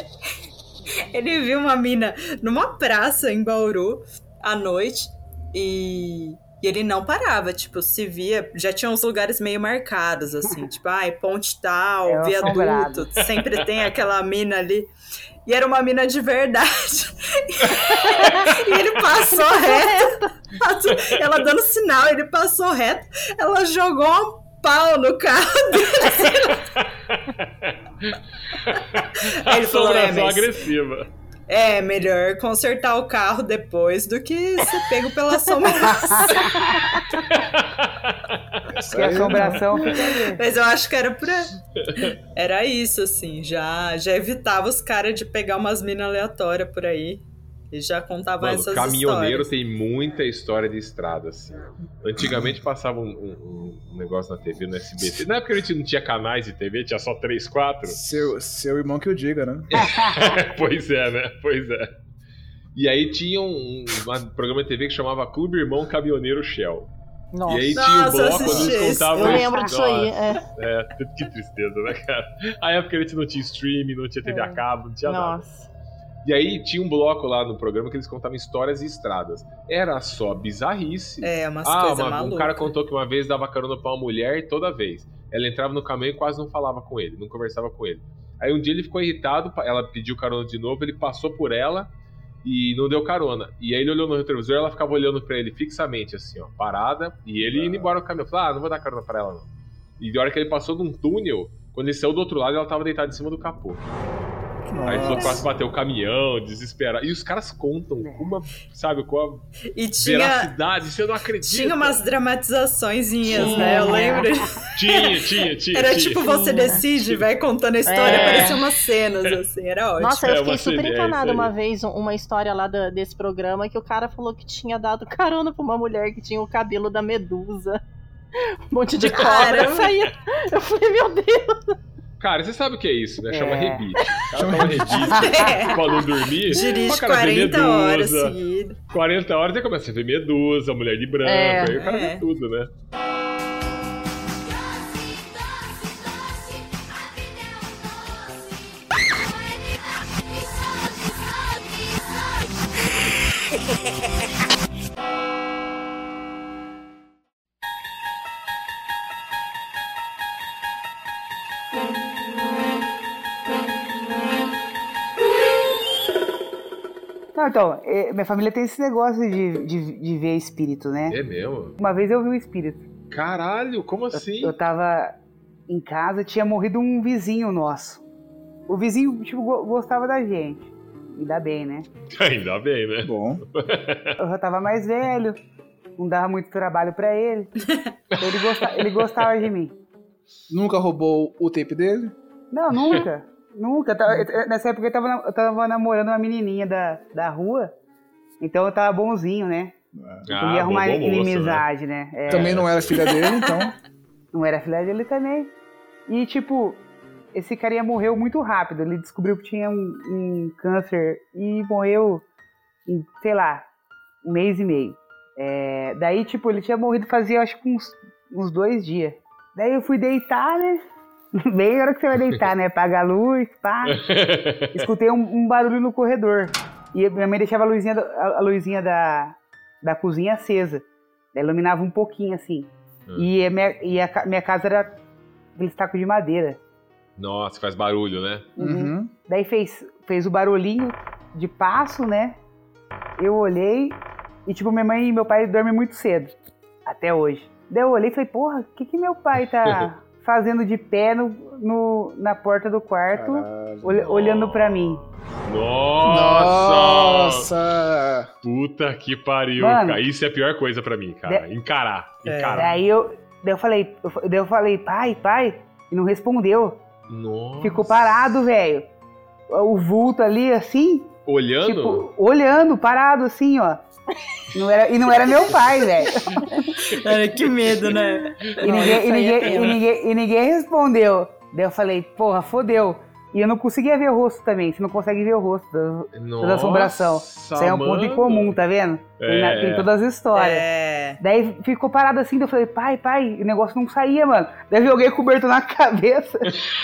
ele viu uma mina numa praça em Bauru à noite e, e ele não parava, tipo, se via, já tinha uns lugares meio marcados, assim, tipo, ai, ponte tal, É o viaduto, assombrado. sempre tem aquela mina ali. E era uma mina de verdade. E ele passou reto. Ela dando sinal, ele passou reto. Ela jogou um pau no carro dele. Aí ele falou, é, Assombração mas agressiva. é melhor consertar o carro depois do que ser pego pela assombração. Isso Que a aí, assombração fica ali. Mas eu acho que era pra... Era isso, assim. Já, já evitava os caras de pegar umas minas aleatórias por aí. E já contava Mano, essas caminhoneiro histórias. tem muita história de estrada, assim. Antigamente passava um, um- um negócio na T V, no S B T. Na época a gente não tinha canais de T V, tinha só três, quatro. Seu, seu irmão que o diga, né? Pois é, né? Pois é. E aí tinha um, um programa de T V que chamava Clube Irmão Caminhoneiro Shell. Nossa. E aí tinha Nossa, um bloco eu onde assisti eles esse. contavam... Eu lembro disso aí. Nossa, É. É, que tristeza, né, cara? A época a gente não tinha streaming, não tinha T V a É. cabo, não tinha nada. Nossa. E aí tinha um bloco lá no programa que eles contavam histórias e estradas. Era só bizarrice. É, umas Ah, coisas uma- um malucas. cara contou que uma vez dava carona pra uma mulher toda vez. ela entrava no caminhão e quase não falava com ele, não conversava com ele. Aí um dia ele ficou irritado, ela pediu carona de novo, ele passou por ela e não deu carona. E aí ele olhou no retrovisor, ela ficava olhando pra ele fixamente, assim, ó, parada, e ele indo embora no caminhão. Falou, ah, não vou dar carona pra ela, não. E na hora que ele passou de um túnel, quando ele saiu do outro lado, ela tava deitada em cima do capô. Nossa. Aí falou, quase bateu o caminhão, desesperado. E os caras contam com uma, sabe, com a e tinha, veracidade, você não acredita. Tinha umas dramatizaçõezinhas, né? Eu lembro. Tinha, tinha, tinha. Era tinha. tipo, você decide, tinha. Vai contando a história, é. Parecia umas cenas, assim, era ótimo. Nossa, eu fiquei é super encanada é uma vez, uma história lá do, desse programa, que o cara falou que tinha dado carona pra uma mulher que tinha o cabelo da Medusa. Um monte de cobra saía. Eu falei, meu Deus. Cara, você sabe o que é isso, né? Chama é. rebite. O cara toma rebite é. pra não dormir. Dirige quarenta horas seguidas. quarenta horas e começa a ver Medusa, Mulher de Branco, é. aí o cara é. vê tudo, né? Não, então, é, minha família tem esse negócio de, de, de ver espírito, né? É mesmo? Uma vez eu vi um espírito. Caralho, como assim? Eu, eu tava em casa, tinha morrido um vizinho nosso. O vizinho, tipo, gostava da gente. Ainda bem, né? Ainda bem, né? Bom. Eu já tava mais velho, não dava muito trabalho pra ele. Então ele, gostava, ele gostava de mim. Nunca roubou o tape dele? Não, nunca. Nunca. Eu tava, eu, nessa época eu tava, eu tava namorando uma menininha da, da rua, então eu tava bonzinho, né? Eu ah, ia arrumar bom, bom inimizade, moço, né? né? É, também não era filha dele, então. Não era filha dele também. E, tipo, esse carinha morreu muito rápido. Ele descobriu que tinha um, um câncer e morreu em, sei lá, um mês e meio. É, daí, tipo, ele tinha morrido fazia, acho que uns, uns dois dias. Daí eu fui deitar, né? Bem na hora que você vai deitar, né? Apaga a luz, pá. Escutei um, um barulho no corredor. E minha mãe deixava a luzinha, a, a luzinha da, da cozinha acesa. Daí iluminava um pouquinho, assim. Hum. E, a minha, e a minha casa era aqueles tacos de madeira. Nossa, faz barulho, né? Uhum. Uhum. Daí fez, fez o barulhinho de passo, né? Eu olhei e, tipo, minha mãe e meu pai dormem muito cedo. Até hoje. Daí eu olhei e falei, porra, o que que meu pai tá fazendo de pé no, no, na porta do quarto, ol, olhando pra mim? Nossa! Nossa! Puta que pariu, Mano, cara. Isso é a pior coisa pra mim, cara. De... Encarar. Encarar. Daí eu, daí eu falei, eu, daí eu falei, pai, pai, e não respondeu. Nossa. Ficou parado, velho. O vulto ali, assim. Olhando? Tipo, olhando, parado, assim, ó. Não era, e não era meu pai, velho. Cara, que medo, né? E ninguém, e, ninguém, e, ninguém, e ninguém respondeu. Daí eu falei, porra, fodeu. E eu não conseguia ver o rosto também. Você não consegue ver o rosto da, da assombração. Isso aí é um ponto em comum, tá vendo? É. Tem, na, tem todas as histórias. É. Daí ficou parado assim, daí eu falei, pai, pai, o negócio não saía, mano. Daí eu joguei coberto na cabeça.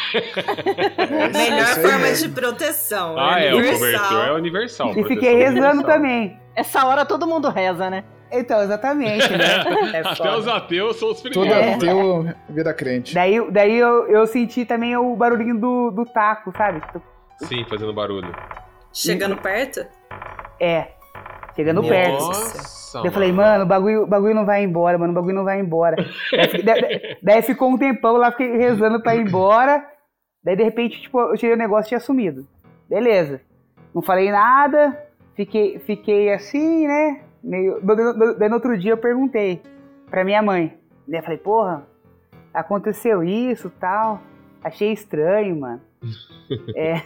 Melhor forma de proteção. Ah, é, é o cobertor é universal. E fiquei rezando também. Essa hora todo mundo reza, né? Então, exatamente, né? É Até foda. os ateus são os Todo primeiros. ateu vira crente. Daí, daí eu, eu senti também o barulhinho do, do taco, sabe? Sim, fazendo barulho. Chegando perto? É, chegando Meu perto. Nossa, Daí eu falei, mano, o bagulho, o bagulho não vai embora, mano, o bagulho não vai embora. daí, daí, daí ficou um tempão lá, fiquei rezando pra ir embora. Daí, de repente, tipo, eu tirei o negócio e tinha sumido. Beleza. Não falei nada, fiquei, fiquei assim, né? Meio... Daí no outro dia eu perguntei pra minha mãe. Daí eu falei, porra, aconteceu isso e tal. Achei estranho, mano. É.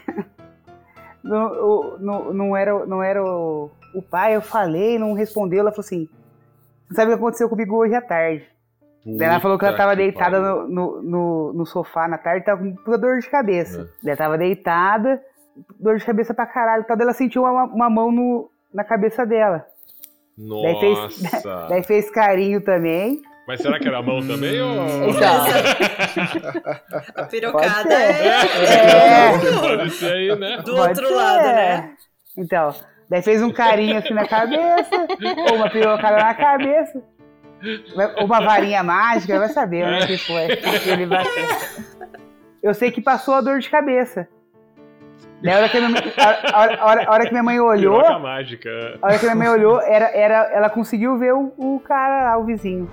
Não, não, não era, não era o, o pai, eu falei, não respondeu. Ela falou assim: sabe o que aconteceu comigo hoje à tarde? Daí ela falou que ela tava deitada no, no, no, no sofá na tarde, tava com puta dor de cabeça. Uhum. Daí ela tava deitada, dor de cabeça pra caralho. Daí ela sentiu uma, uma mão no, na cabeça dela. Nossa! Daí fez, daí fez carinho também. Mas será que era a mão também ou... Então. A pirocada é... é... Pode ser aí, né? Do Pode outro ser. lado, né? Então, daí fez um carinho assim na cabeça, ou uma pirocada na cabeça. Uma varinha mágica, vai saber né, o que foi. Ele vai... Eu sei que passou a dor de cabeça. Na hora que minha, a, hora, a, hora, a hora que minha mãe olhou, Piroca mágica. A hora que minha mãe olhou, era, era, ela conseguiu ver o, o cara lá, o vizinho.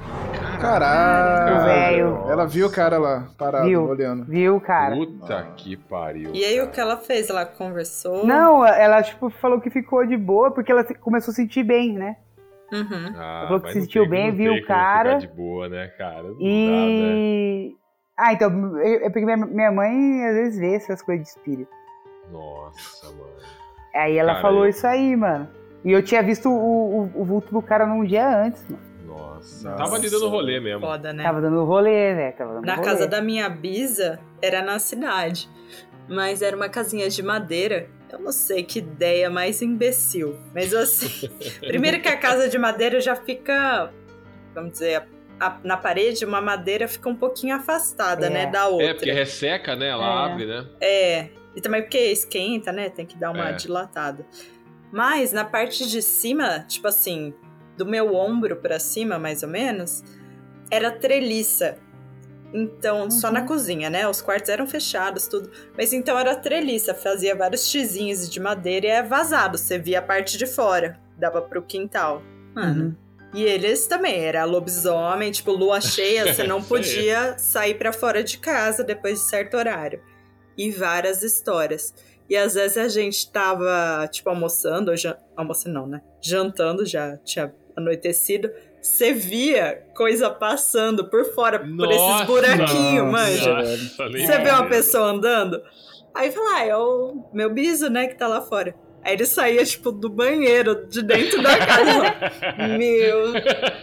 Caralho, velho. Ela viu o cara lá, parado, viu, olhando. Viu, cara. Puta ah. que pariu. E aí, o que ela fez? Ela conversou? Não, ela, tipo, falou que ficou de boa, porque ela começou a sentir bem, né? Uhum. Ah, ela falou que se sentiu bem, viu o cara. De boa, né, cara? Não e... dá, né? Ah, então, é porque minha, minha mãe, às vezes, vê essas coisas de espírito. Nossa, mano. Aí ela cara, falou eu... isso aí, mano. E eu tinha visto o, o, o vulto do cara num dia antes, mano. Nossa. Nossa. Tava ali dando rolê mesmo. Foda, né? Tava dando rolê, né? Tava dando na rolê. casa da minha bisa, era na cidade. Mas era uma casinha de madeira. Eu não sei que ideia mais imbecil. Mas assim, primeiro que a casa de madeira já fica, vamos dizer, a, na parede, uma madeira fica um pouquinho afastada, é. né, da outra. É, porque resseca, né? Ela é. abre, né? É. E também porque esquenta, né? Tem que dar uma é. dilatada. Mas na parte de cima, tipo assim, do meu ombro pra cima, mais ou menos, era treliça. Então, uhum. só na cozinha, né? Os quartos eram fechados, tudo. Mas então era treliça, fazia vários xizinhos de madeira e é vazado. Você via a parte de fora, dava pro quintal. Mano. Uhum. E eles também, era lobisomem, tipo, lua cheia, você não podia sair pra fora de casa depois de certo horário. E várias histórias. E às vezes a gente tava, tipo, almoçando, ou jan... almoçando não, né? Jantando, já tinha anoitecido. Você via coisa passando por fora, nossa, por esses buraquinhos, manja. Você vê uma pessoa andando, aí fala, ah, é o meu biso, né, que tá lá fora. Aí ele saía, tipo, do banheiro, de dentro da casa. Meu,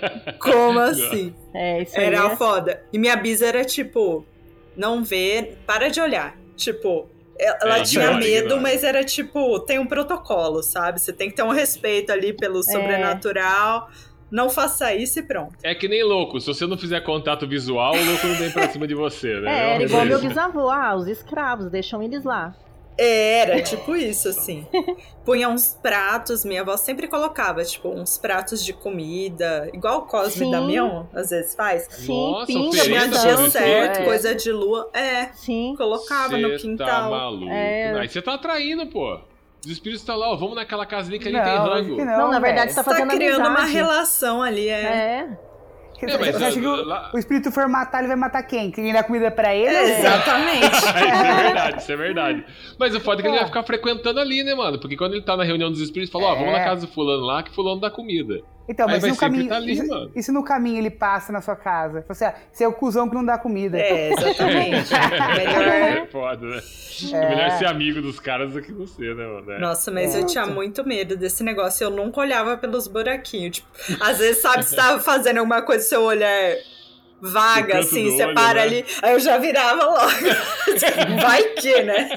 como assim? É, isso aí era é... foda. E minha bisa era, tipo, não vê, para de olhar. Tipo, ela é, tinha ignora, medo, ignora. Mas era, tipo, tem um protocolo, sabe? Você tem que ter um respeito ali pelo sobrenatural. É. Não faça isso e pronto. É que nem louco. Se você não fizer contato visual, o louco não vem pra cima de você, né? É, era igual meu bisavô. Ah, os escravos, deixam eles lá. Era, tipo isso, assim. Punha uns pratos, minha avó sempre colocava, tipo, uns pratos de comida, igual o Cosme Sim. Damião, às vezes faz. Sim, Nossa, pinga, tinha dia certo, é. coisa de lua. É, Sim. colocava cê no quintal. Tá maluco. É. Aí você tá atraindo, pô. Os espíritos estão lá, ó, vamos naquela casa ali que ali não, tem rango. Não, não, na verdade, você tá fazendo tá criando amizade. uma relação ali, é. É. É, mas você acha que o, lá... o espírito for matar, ele vai matar quem? Quem dá comida pra ele? É, exatamente. Isso é verdade, isso é verdade. Mas o foda é que ele vai ficar frequentando ali, né, mano? Porque quando ele tá na reunião dos espíritos, fala, ó, é. vamos na casa do fulano lá, que fulano dá comida. Então, aí mas vai no caminho, tá ali, e, mano. e se no caminho ele passa na sua casa? Você, ah, você é o cuzão que não dá comida. É, exatamente. É melhor... É foda, né? É. é melhor ser amigo dos caras do que você, né, mano? É. Nossa, mas é. eu tinha muito medo desse negócio. Eu nunca olhava pelos buraquinhos. Tipo, às vezes, sabe, você tava fazendo alguma coisa, seu olhar vaga, assim, você olho, para né? ali. Aí eu já virava logo. Vai que, né?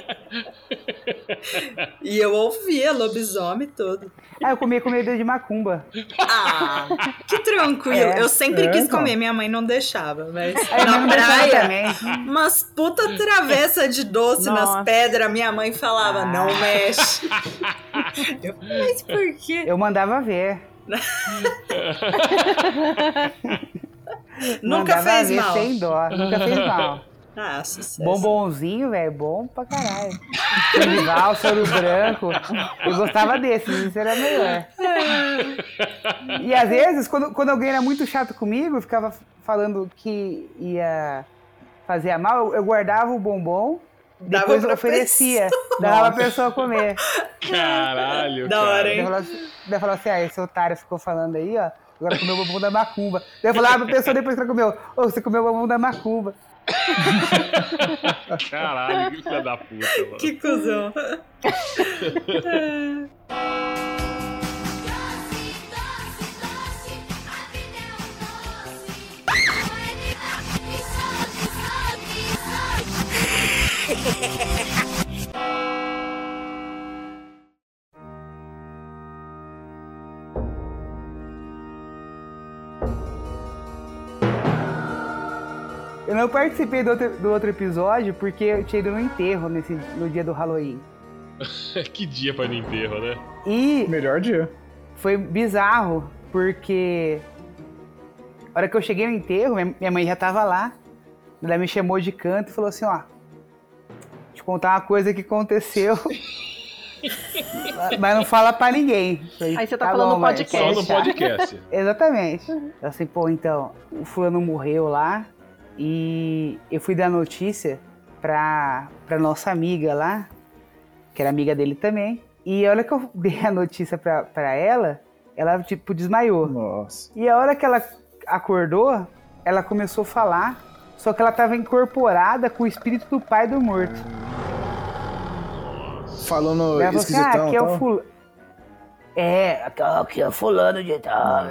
E eu ouvia lobisomem todo. Ah, eu comia comida de macumba. Ah, que tranquilo. É, eu sempre é, quis então. comer, minha mãe não deixava. Mas aí na praia, também. umas puta travessa de doce Nossa. nas pedras, minha mãe falava, ah. não mexe. Eu, mas por quê? Eu mandava ver. Nunca mandava fez ver mal. Sem dó, nunca fez mal. Ah, sucesso. Bombonzinho, velho, bom pra caralho. Festival, soro branco. Eu gostava desses, isso era melhor. E às vezes, quando, quando alguém era muito chato comigo, eu ficava falando que ia fazer a mal, eu, eu guardava o bombom, depois eu oferecia, pessoa. dava pra pessoa comer. Caralho, da cara. hora, hein? Daí eu falava assim, ah, esse otário ficou falando aí, ó, agora comeu o bombom da macumba. Daí eu falava pra pessoa depois que ela comeu, ô, oh, você comeu o bombom da macumba. Caralho, que filha da puta, mano. Que cuzão. Eu não participei do outro, do outro episódio porque eu tinha ido no enterro nesse, no dia do Halloween. Que dia pra ir no enterro, né? E melhor dia. Foi bizarro, porque A hora que eu cheguei no enterro, minha mãe já tava lá. Ela me chamou de canto e falou assim, ó, te contar uma coisa que aconteceu, mas não fala pra ninguém. Aí você tá, tá falando bom, no mãe, podcast. Só no podcast. Exatamente. Eu assim, pô, então, o fulano morreu lá e eu fui dar notícia pra, pra nossa amiga lá, que era amiga dele também. E a hora que eu dei a notícia pra, pra ela, ela, tipo, desmaiou. Nossa. E a hora que ela acordou, ela começou a falar, só que ela tava incorporada com o espírito do pai do morto. Falando Ela falou assim, ah, esquisitão, aqui é o então? fulano. É, aqui, aqui é o fulano de tal.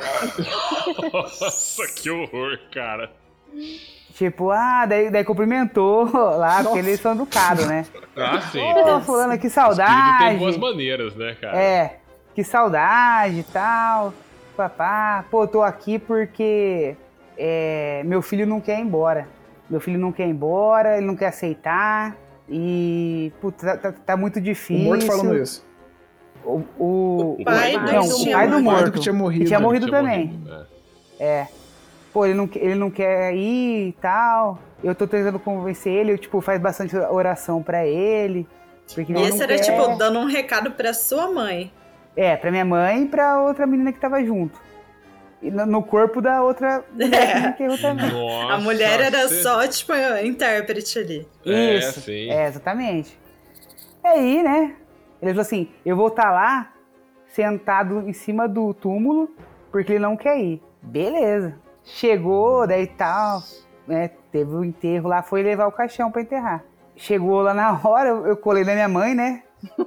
Nossa, que horror, cara. Tipo, ah, daí, daí cumprimentou lá, porque eles são educados, né? Ah, sim. Pô, fulano, que O espírito saudade. tem boas maneiras, né, cara? É, que saudade e tal. Papá, pô, tô aqui porque é, meu filho não quer ir embora. Meu filho não quer ir embora, ele não quer aceitar. E, puta, tá, tá, tá muito O difícil. morto falando isso. O, o, O pai não, do o pai do tinha morto. morto que tinha morrido. Que tinha morrido Tinha também. morrido, é. É. Pô, ele não, ele não quer ir e tal. Eu tô tentando convencer ele, eu, tipo, faz bastante oração pra ele. Porque E ele esse não era, quer. tipo, dando um recado pra sua mãe. É, pra minha mãe e pra outra menina que tava junto. E no, no corpo da outra mulher que me enterrou também. Nossa, A mulher era cê- só, tipo, intérprete ali. É, Isso. sim. É, exatamente. E aí, né? Ele falou assim, eu vou estar lá, sentado em cima do túmulo, porque ele não quer ir. Beleza. Chegou, daí tal, né? Teve o enterro lá, foi levar o caixão pra enterrar. Chegou lá na hora, eu, eu colei na minha mãe, né?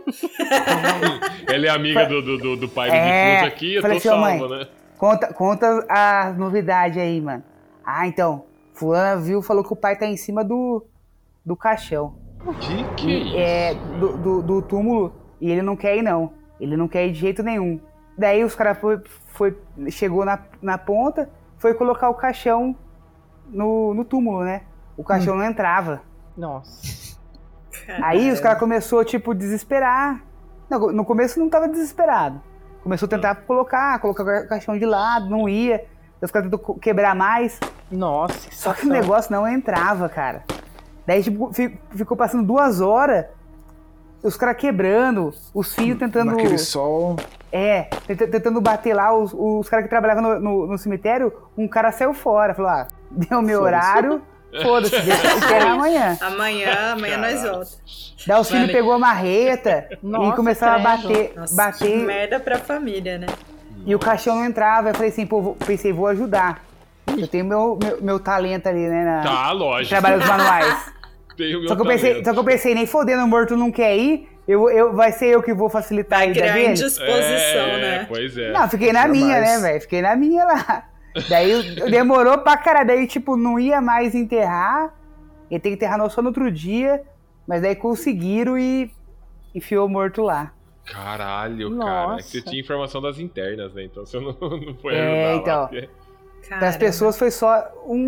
Ela é amiga do, do, do, do pai do É, defunto aqui, eu falei tô assim, ó, salvo, mãe. né? Conta, conta as novidades aí, mano. Ah, então, fulana viu, falou que o pai tá em cima do, do caixão. Que que é isso? É, do, do, do túmulo, e ele não quer ir, não. Ele não quer ir de jeito nenhum. Daí os caras foi, foi, chegou na, na ponta, foi colocar o caixão no, no túmulo, né? O caixão Hum. não entrava. Nossa. Aí os caras começou tipo, desesperar. Não, no começo não tava desesperado. Começou a tentar colocar, colocar o caixão de lado, não ia. Os caras tentou quebrar mais. Nossa. Só que o negócio não entrava, cara. Daí tipo, fi- ficou passando duas horas, os caras quebrando, os fios tentando... Naquele sol. É, tent- tentando bater lá, os, os caras que trabalhavam no, no- no cemitério, um cara saiu fora, falou, ah, deu meu Foda-se. horário, foda-se, deixa enterrar amanhã. Amanhã, amanhã nós Caralho. voltamos. Daí os filhos Mano. pegou a marreta Nossa, e começaram a credo. bater, Nossa, que bater, merda pra família, né? e o caixão não entrava. Eu falei assim, pô, vou- pensei, vou ajudar. Eu tenho meu, meu, meu talento ali, né, na, Tá, lógico. trabalho dos manuais. Tem o meu Só que, eu pensei, talento. só que eu pensei, nem fodendo, o morto não quer ir, eu, eu, vai ser eu que vou facilitar a Vai ida criar dele. indisposição, é, né? Pois é. Não, fiquei na Jamais. minha, né, velho? Fiquei na minha lá. Daí demorou pra caralho, daí tipo, não ia mais enterrar, ia ter que enterrar no- só no outro dia, mas daí conseguiram e enfiou o morto lá. Caralho, cara. É Nossa. que você tinha informação das internas, né? Então você não, não foi É, ajudar então. lá. Porque... Para as pessoas foi só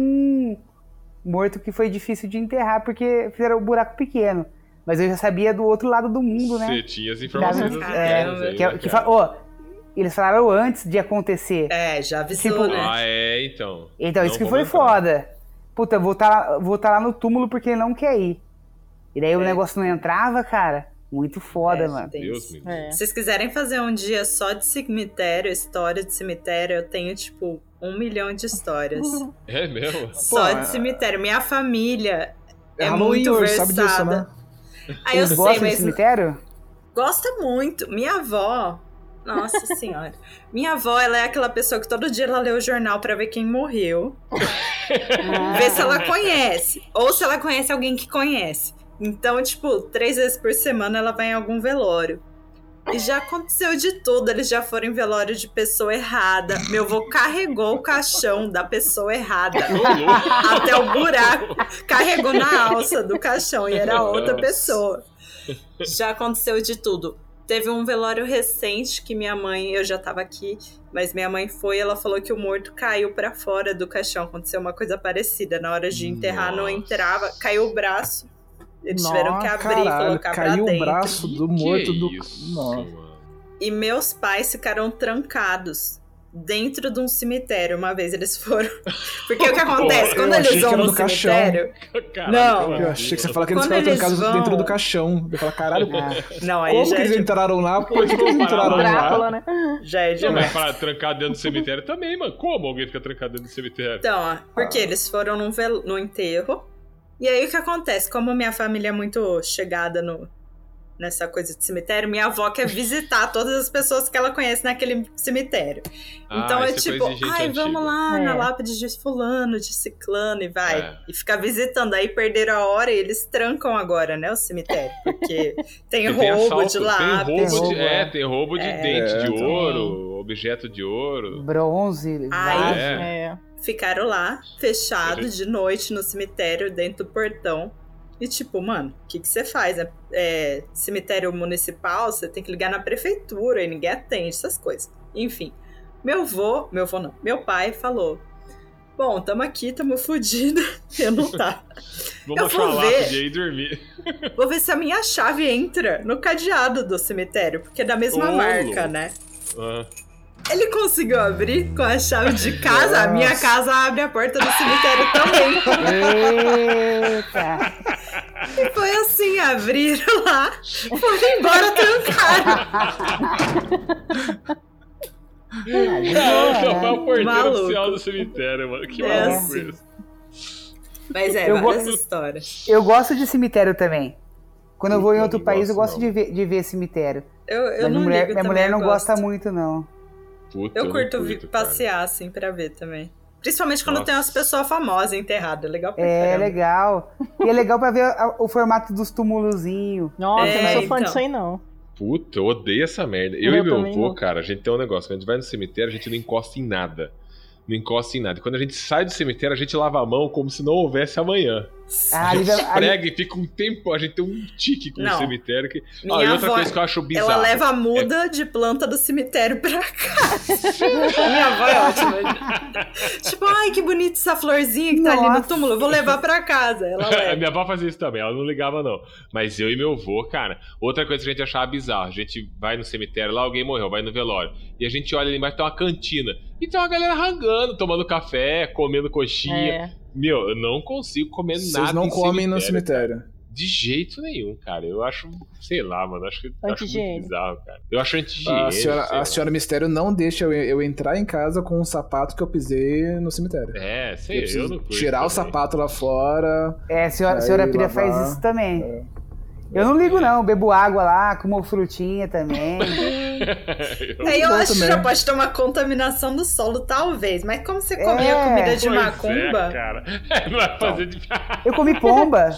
um morto que foi difícil de enterrar, porque fizeram um buraco pequeno. Mas eu já sabia do outro lado do mundo, né? Você tinha as informações das É, internas aí, que, né, que cara? fa- ó, eles falaram antes de acontecer. É, já avisou, Tipo, né? Ah, é, então. Então, Não isso que vamos foi entrar. foda. Puta, vou estar vou tá lá no túmulo porque ele não quer ir. E daí o negócio não entrava, cara. Muito foda, É, mano. tem Deus isso. me livre. É. Se vocês quiserem fazer um dia só de cemitério, história de cemitério, eu tenho, tipo, um milhão de histórias. É mesmo? Só Pô, de cemitério. Minha família é, Halloween muito hoje, sabe disso, versada. né? Ah, eu Eles sei, gostam de mas cemitério? gosta muito. Minha avó, nossa senhora. Minha avó, ela é aquela pessoa que todo dia ela lê o jornal pra ver quem morreu. Ver se ela conhece. Ou se ela conhece alguém que conhece. Então, tipo, três vezes por semana ela vai em algum velório. E já aconteceu de tudo. Eles já foram em velório de pessoa errada. Meu avô carregou o caixão da pessoa errada até o buraco. Carregou na alça do caixão e era outra Nossa. pessoa. Já aconteceu de tudo. Teve um velório recente que minha mãe, eu já tava aqui, mas minha mãe foi, ela falou que o morto caiu pra fora do caixão. Aconteceu uma coisa parecida. Na hora de enterrar, não Nossa. entrava, caiu o braço. Eles Nossa, tiveram que abrir e Caralho, colocar pra caiu o dentro. braço do Que morto do. isso, Nossa. mano? E meus pais ficaram trancados dentro de um cemitério. Uma vez eles foram. Porque o que acontece? Pô, quando eu eles achei vão que era no do caixão. cemitério. Caralho, Não. como Eu assim, achei que você mano? falou que eles Quando ficaram eles trancados vão- dentro do caixão. Eu falei, caralho, Não, aí como já que é, eles de- entraram lá? Por que, que eles Como entraram parar lá? lá? Drácula, né? já é Não, mas demais. para trancar dentro do cemitério também, mano. Como alguém fica trancado dentro do cemitério? Então, ó, porque eles foram num vel- no enterro. E aí o que acontece? Como minha família é muito chegada no, nessa coisa de cemitério, minha avó quer visitar todas as pessoas que ela conhece naquele cemitério. Ah, Então é isso é tipo, coisa de gente ai, antiga. vamos lá É. na lápide de fulano, de ciclano, e vai. É. E ficar visitando. Aí perderam a hora e eles trancam agora, né, o cemitério. Porque tem Porque tem roubo assalto, de tem lápide. roubo Tem de, roubo, é, é. tem roubo de É. dente É, de então. ouro, objeto de ouro. Bronze, Ai. vaso. É. É. Ficaram lá, fechados de noite no cemitério, dentro do portão. E tipo, mano, o que que você faz? É, é cemitério municipal, você tem que ligar na prefeitura e ninguém atende, essas coisas. Enfim, meu avô, meu avô não, meu pai falou, bom, tamo aqui, tamo fudido, eu não tá. Vamos Eu achar vou uma ver. lápide aí e dormir. Vou ver se a minha chave entra no cadeado do cemitério, porque é da mesma Ô, marca, louco. né? Ah. Ele conseguiu abrir com a chave de casa, a minha casa abre a porta do cemitério também. Eita! E foi assim, abriram lá, foram embora, trancaram. Cara, seu pai é o porteiro Maluco. oficial do cemitério, mano. Que É maluco assim. isso. Mas é, Eu várias gosto- histórias. Eu gosto de cemitério também. Quando eu vou em Eu outro não país, eu gosto, gosto não. de ver, de ver cemitério. Eu, eu Mas não minha mulher, ligo minha também, mulher eu não gosto. gosta muito, não. Puta, Eu não curto vi- curto, cara. passear, assim, pra ver também. Principalmente quando Nossa. tem umas pessoas famosas enterradas. É legal pra É caramba. legal. E é legal pra ver a- o formato dos tumulozinhos. Nossa, É, eu não sou fã então. disso aí, não. Puta, eu odeio essa merda. Eu, Eu e meu também avô, não. cara, a gente tem um negócio. Quando a gente vai no cemitério, a gente não encosta em nada. Não encosta em nada. E quando a gente sai do cemitério, a gente lava a mão como se não houvesse amanhã. Ah, A ali, gente ali- prega e fica um tempo, a gente tem um tique com Não. o cemitério. Que... Minha Ah, e outra avó, coisa que eu acho bizarro. ela leva a muda de planta do cemitério pra casa. Minha avó é ótima. Tipo, ai, que bonita essa florzinha que tá ali no Nossa. túmulo. Eu vou levar pra casa. Ela A leva. minha avó fazia isso também, ela não ligava não. Mas eu e meu avô, cara, outra coisa que a gente achava bizarro, a gente vai no cemitério, lá alguém morreu, vai no velório, e a gente olha ali embaixo, tem uma cantina, e tem uma galera rangando, tomando café, comendo coxinha. É. Meu, eu não consigo comer Vocês nada não em comem no cemitério, cemitério. cara. De jeito nenhum, cara. Eu acho, sei lá, mano, acho, que- acho muito Anti-higiene. bizarro, cara. Eu acho anti A senhora, a senhora Mistério não deixa eu, eu entrar em casa com um sapato que eu pisei no cemitério. É, Eu sei, eu, preciso não curto tirar o também. sapato lá fora. É, a senhora, a Aí senhora Pira lavar. faz isso também. Eu não ligo, não. Bebo água lá, como frutinha também. Eu- Aí eu bom acho que também. já pode ter uma contaminação do solo, talvez. Mas como você comia É. comida de Pois macumba? É, cara. Não vai fazer de. Eu comi pomba.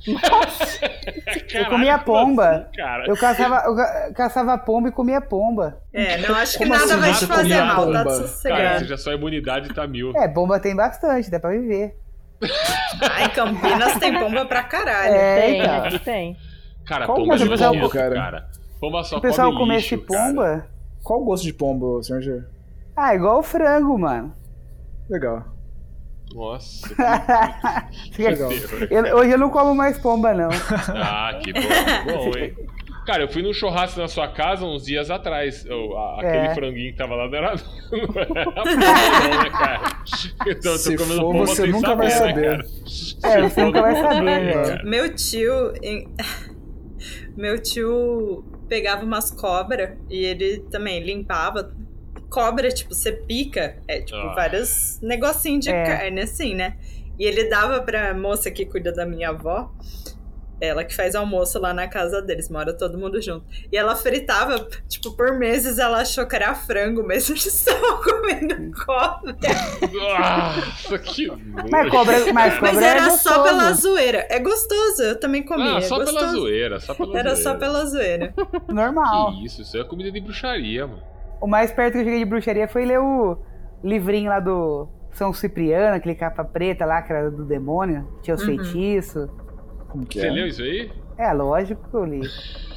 Caralho, comia como pomba. assim, cara? Eu caçava, eu ca- caçava pomba e comia pomba. É, não acho que Como nada assim vai você te fazer comia mal, tá pomba? Cara, sossegado. seja só a imunidade tá mil. É, pomba tem bastante, dá pra viver. Ah, em Campinas tem pomba pra caralho. É, Tem, então. aqui tem. Cara, Qual pomba que é é o pessoal- nojento, cara? cara. Pomba só O pessoal come come lixo, esse cara. pomba? Qual o gosto de pombo, senhor G? Ah, igual o frango, mano. Legal. Nossa, que Legal. terror. Eu- hoje eu não como mais pomba, não. Ah, que bom, que bom, hein? Cara, eu fui num churrasco na sua casa uns dias atrás. Eu- a- aquele É. franguinho que tava lá não era, não era pomba, não, né, cara? Então, eu tô Se comendo for, pomba você sem nunca vai né, saber. cara? É, Se você for, nunca vai não saber, vai, velho. cara. Meu tio. em- Meu tio pegava umas cobras e ele também limpava. Cobra, tipo, você pica, é tipo Ah. vários negocinhos de É. carne, assim, né? E ele dava pra moça que cuida da minha avó, ela que faz almoço lá na casa deles, mora todo mundo junto. E ela fritava, tipo, por meses ela achou que era frango mesmo, eles estavam comendo cobra. Nossa, que Mas nojo. cobra, mas cobra Mas é era gostoso. só pela zoeira. É gostoso, eu também comia. Ah, só é pela gostoso. zoeira, só pela Era zoeira. só pela zoeira. Normal. Que isso, isso é comida de bruxaria, mano. O mais perto que eu cheguei de bruxaria foi ler o livrinho lá do São Cipriano, aquele capa preta lá, que era do demônio. Tinha os Uhum. feitiços. Como que Você é? leu isso aí? É, lógico que eu li.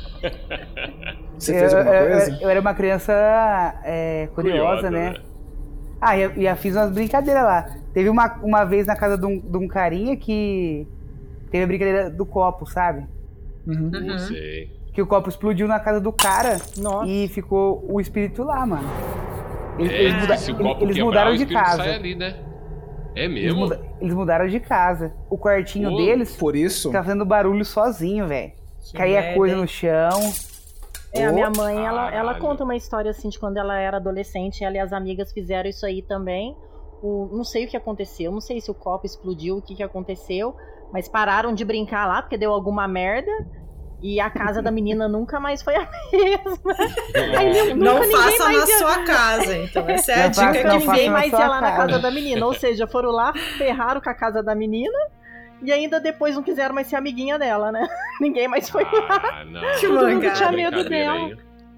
Você eu, fez alguma eu- coisa? Eu, eu era uma criança é, curiosa, né? Ah, e eu, e eu fiz umas brincadeiras lá. Teve uma, uma vez na casa de um, de um carinha que teve a brincadeira do copo, sabe? Uhum. Não Uhum. sei. Que o copo explodiu na casa do cara Nossa. e ficou o espírito lá, mano. Eles, É, eles, muda- se o eles- copo eles quebrar, mudaram o de espírito casa. sai ali, né? É Eles, mesmo? muda- eles mudaram de casa. O quartinho Pô, deles Por isso, tá fazendo barulho sozinho, velho. Que Caía merda, coisa hein? no chão. É, a Ô, minha mãe, ela, ela caralho. conta uma história assim de quando ela era adolescente, ela e as amigas fizeram isso aí também. O, não sei o que aconteceu, não sei se o copo explodiu, o que, que aconteceu, mas pararam de brincar lá porque deu alguma merda e a casa da menina nunca mais foi a mesma. Aí nem- Não nunca ninguém faça mais na ia- sua casa, então. Essa é a Não dica faça- que Nunca não faça ninguém na mais sua ia lá na casa. casa da menina. Ou seja, foram lá, ferraram com a casa da menina e ainda depois não quiseram mais ser amiguinha dela, né? Ninguém mais foi lá. Ah, não. Que Todo mundo mangá. tinha medo Brincadeira dela. aí.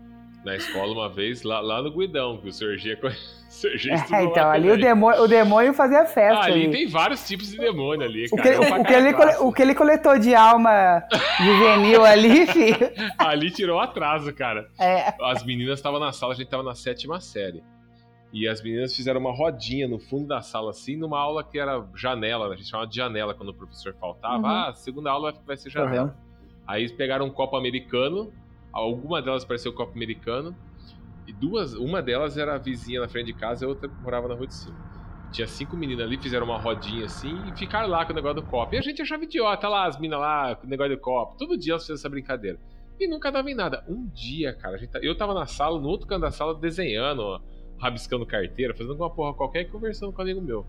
Na escola, uma vez, lá, lá no Guidão, que o senhor G, o senhor G É, estudou lá então, ali o também. demônio, o demônio fazia festa. Ah, ali ali. tem vários tipos de demônio ali, O cara. que, É o, pra o que ele, cada cole- o que ele coletou de alma juvenil ali, filho. classe. Ali tirou atraso, cara. É. As meninas estavam na sala, a gente tava na sétima série. E as meninas fizeram uma rodinha no fundo da sala, assim, numa aula que era janela, né? A gente chamava de janela quando o professor faltava. Uhum. Ah, a segunda aula vai ser janela. Aham. Aí eles pegaram um copo americano, alguma delas parecia um copo americano, e duas, uma delas era a vizinha na frente de casa e a outra morava na rua de cima. Tinha cinco meninas ali, fizeram uma rodinha assim e ficaram lá com o negócio do copo. E a gente achava idiota, lá as minas lá com o negócio do copo. Todo dia elas faziam essa brincadeira. E nunca dava em nada. Um dia, cara, a gente, eu tava na sala, no outro canto da sala, desenhando, ó, rabiscando carteira, fazendo alguma porra qualquer e conversando com um amigo meu.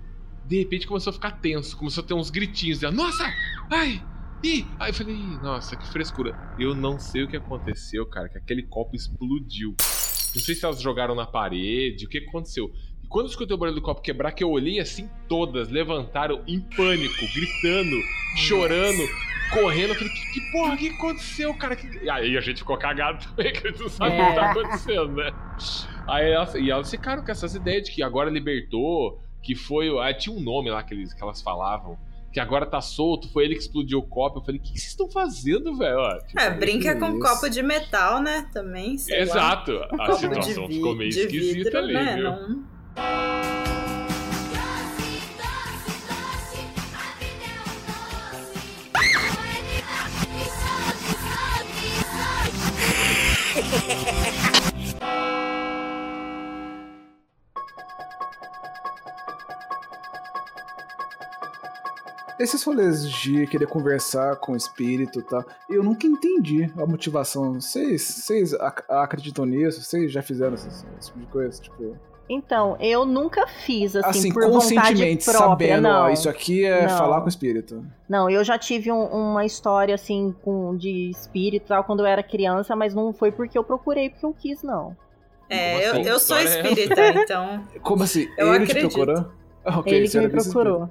De repente começou a ficar tenso, começou a ter uns gritinhos. Dela, nossa! Ai! Ih! Aí eu falei, Ih, nossa, que frescura. Eu não sei o que aconteceu, cara, que aquele copo explodiu. Não sei se elas jogaram na parede, o que aconteceu. E quando eu escutei o barulho do copo quebrar, que eu olhei assim, todas levantaram em pânico, gritando, chorando, correndo. Eu falei, que, que porra, o que aconteceu, cara? Que... E aí a gente ficou cagado também, que a gente não sabe o que tá acontecendo, né? Aí elas, e elas ficaram com essas ideias de que agora libertou, que foi... Aí tinha um nome lá que, eles, que elas falavam, que agora tá solto, foi ele que explodiu o copo. Eu falei, o que vocês estão fazendo, velho? Ó, tipo, É, brinca com isso. copo de metal, né? Também, sei lá. exato. A Copo de, situação vi ficou meio de esquisita vidro, ali, né? viu? Não... Esses rolês de querer conversar com o espírito e tal, eu nunca entendi a motivação. Vocês, vocês ac- acreditam nisso? Vocês já fizeram esse, esse tipo de coisa? Tipo, Então, eu nunca fiz assim, assim, por vontade conscientemente, própria, sabendo, não. ó, isso aqui é Não. falar com o espírito. Não, eu já tive um- uma história assim com de espírito e tal quando eu era criança, mas não foi porque eu procurei, porque eu quis, não. É, Como eu, assim? eu sou Que história é espírita, então... Como assim? Eu Ele te acredito. procurou? Ah, ok, Ele você que me era desse procurou.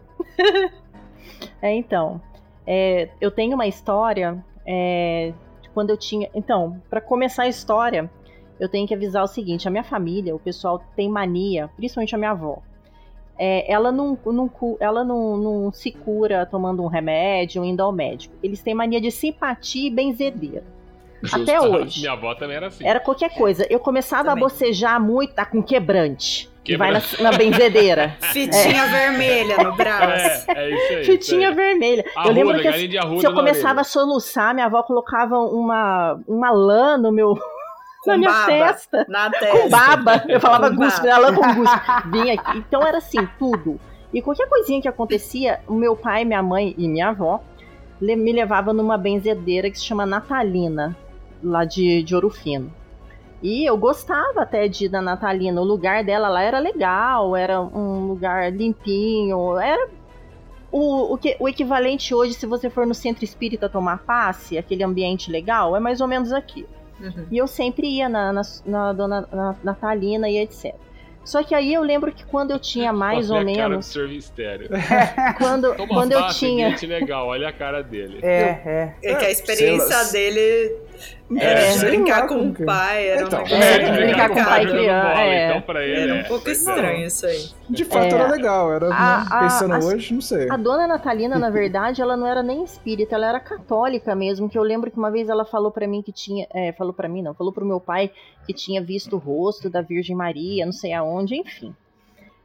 É, então, é, eu tenho uma história é, de quando eu tinha... Então, pra começar a história, eu tenho que avisar o seguinte, a minha família, o pessoal tem mania, principalmente a minha avó, é, ela, não, não, cu- ela não, não se cura tomando um remédio, indo ao médico. Eles têm mania de simpatia e benzedeira. Até Justo. hoje. Minha avó também era assim. Era qualquer coisa. Eu começava Também. a bocejar muito, tá com quebrante. E vai na, Quebrante. na benzedeira. Fitinha vermelha no braço. É, é isso aí. Fitinha isso aí. vermelha. Arruda, eu lembro que galinha de arruda se eu na começava orelha. a soluçar, minha avó colocava uma, uma lã no meu, na Com minha baba. testa. Na Com testa. baba. Eu falava Com guspe, baba. a lã com guspe. Vinha aqui. Então era assim, tudo. E qualquer coisinha que acontecia, o meu pai, minha mãe e minha avó le- me levavam numa benzedeira que se chama Natalina, lá de, de Ouro Fino. E eu gostava até de ir na Natalina. O lugar dela lá era legal, era um lugar limpinho, era o, o, que, o equivalente hoje, se você for no centro espírita tomar passe, aquele ambiente legal, é mais ou menos aqui. Uhum. E eu sempre ia na, na, na dona na, Natalina e etcétera. Só que aí eu lembro que quando eu tinha mais Olha ou a cara do menos. senhor Mistério. Quando, Toma quando eu passe, tinha. ambiente legal, olha a cara dele. É, é. É que a experiência Sei lá. dele É, era sei brincar lá com como o que- pai, era Então, um negócio é, complicado. brincar com o pai e jogando criança, bola, é. Então pra ele Era um é- pouco Não. estranho isso aí. De fato É. era legal, era A- né, a- pensando as- hoje, não sei. A dona Natalina, na verdade, ela não era nem espírita, ela era católica mesmo, que eu lembro que uma vez ela falou pra mim que tinha, é, falou pra mim não, falou pro meu pai que tinha visto o rosto da Virgem Maria, não sei aonde, enfim.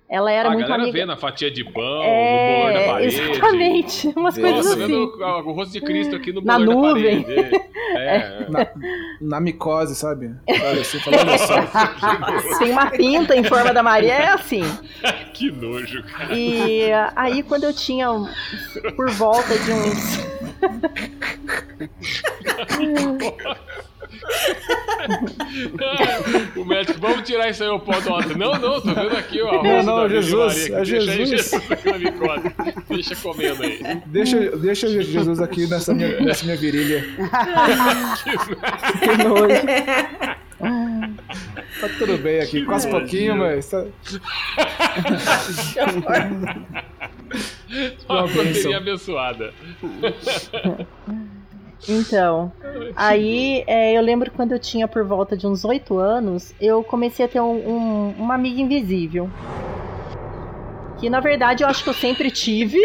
Ela era a muito galera amiga. vê na fatia de pão, É, no bolor da parede. exatamente, umas Nossa, coisas Nossa, assim. vendo o, o rosto de Cristo aqui no Na bolor nuvem. da parede. É. Na, na micose, sabe? Olha assim, falando só. Tem uma pinta em forma da Maria, é assim. Que nojo, cara. E aí, quando eu tinha um- por volta de uns. O médico, vamos tirar isso aí, o pó do outro. Não, não, tô vendo aqui o arroz Não, não, da Virgem Jesus, Maria, é aqui. Deixa aí, Jesus. Jesus aqui na micose. Deixa comendo aí. Deixa, deixa Jesus aqui nessa minha, nessa minha virilha. Que nojo. Tá tudo bem aqui, quase pouquinho, mas. Tá... Uma Uma proteína bênção. abençoada. Então, aí é, eu lembro quando eu tinha por volta de uns oito anos, eu comecei a ter um, um, uma amiga invisível. Que na verdade eu acho que eu sempre tive,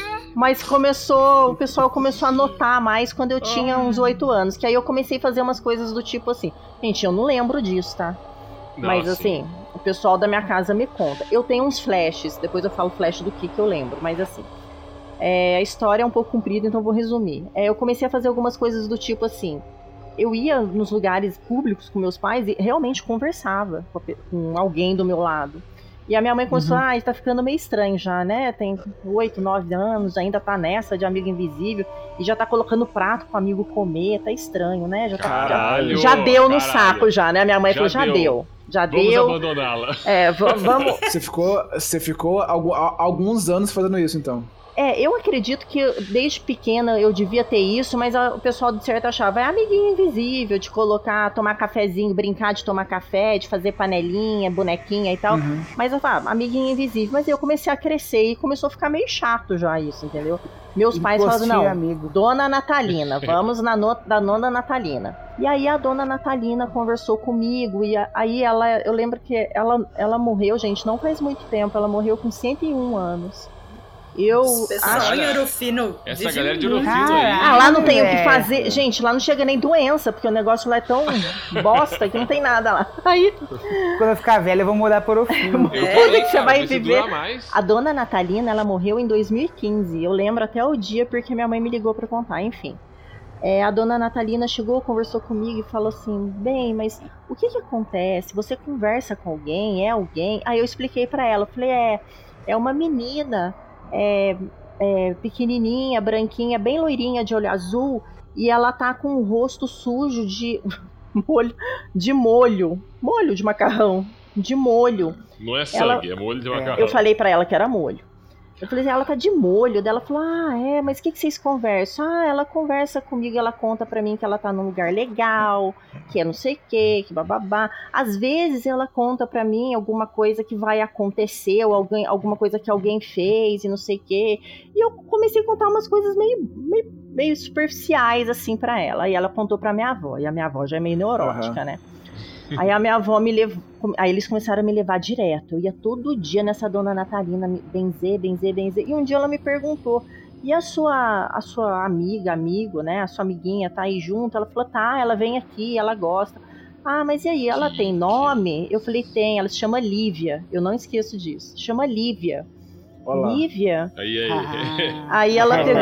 mas começou, o pessoal começou a notar mais quando eu tinha uns oito anos. Que aí eu comecei a fazer umas coisas do tipo assim. Gente, eu não lembro disso, tá? Mas Nossa. assim, o pessoal da minha casa me conta. Eu tenho uns flashes, depois eu falo flash do que, que eu lembro, mas assim. É, a história é um pouco comprida, então eu vou resumir. É, eu comecei a fazer algumas coisas do tipo assim. Eu ia nos lugares públicos com meus pais e realmente conversava com, a pe- com alguém do meu lado. E a minha mãe começou, Uhum. ah, tá ficando meio estranho já, né? Tem oito, nove anos, ainda tá nessa de amigo invisível e já tá colocando prato pro amigo comer, tá estranho, né? Já, tá, Caralho, já, já deu no caralho. saco já, né? A minha mãe Já falou, já deu. deu. Já Vamos deu. abandoná-la. É, va- vamos. Você ficou, você ficou algu- a- alguns anos fazendo isso, então. É, eu acredito que eu- desde pequena eu devia ter isso, mas a- o pessoal de certo achava, é amiguinho invisível, de colocar, tomar cafezinho, brincar de tomar café, de fazer panelinha, bonequinha e tal. Uhum. Mas eu falava, amiguinho invisível, mas eu comecei a crescer e começou a ficar meio chato já isso, entendeu? Meus pais falavam, Gostinho, não, amigo. Dona Natalina, vamos na no, da Nona Natalina. E aí a Dona Natalina conversou comigo, e a- aí ela, eu lembro que ela, ela morreu, gente, não faz muito tempo, ela morreu com cento e um anos. Eu O pessoal acho... em Orofino. Essa vive galera de muito. Orofino aí. Ah, lá não tem o que É. fazer. Gente, lá não chega nem doença, porque o negócio lá é tão bosta que não tem nada lá. Aí Quando eu ficar velha, eu vou mudar por Orofino. Eu É, falei, que você cara, vai vê se viver. dura mais. a Dona Natalina, ela morreu em dois mil e quinze. Eu lembro até o dia porque minha mãe me ligou pra contar, enfim. É, a Dona Natalina chegou, conversou comigo e falou assim, bem, mas o que que acontece? Você conversa com alguém? É alguém? Aí eu expliquei pra ela, eu falei, é, é uma menina, é, é, pequenininha, branquinha, bem loirinha, de olho azul, e ela tá com o rosto sujo de molho, de molho, molho de macarrão, de molho. Não é sangue, é molho de macarrão. Eu falei pra ela que era molho. Eu falei, ela tá de molho. Daí ela falou, ah, é, mas o que, que vocês conversam? Ah, ela conversa comigo, ela conta pra mim que ela tá num lugar legal, que é não sei o que, que bababá. Às vezes ela conta pra mim alguma coisa que vai acontecer, ou alguém, alguma coisa que alguém fez e não sei o que. E eu comecei a contar umas coisas meio, meio, meio superficiais, assim, pra ela. E ela contou pra minha avó, e a minha avó já é meio neurótica, Aham. né? Aí a minha avó me levou. Aí eles começaram a me levar direto. Eu ia todo dia nessa Dona Natalina, me benzer, benzer, benzer. E um dia ela me perguntou: e a sua, a sua amiga, amigo, né? A sua amiguinha tá aí junto? Ela falou: tá, ela vem aqui, ela gosta. Ah, mas e aí, ela tem nome? Eu falei: tem, ela se chama Lívia. Eu não esqueço disso. Chama Lívia. Olha lá. Lívia? Aí, aí. Ah, Aí ela pegou.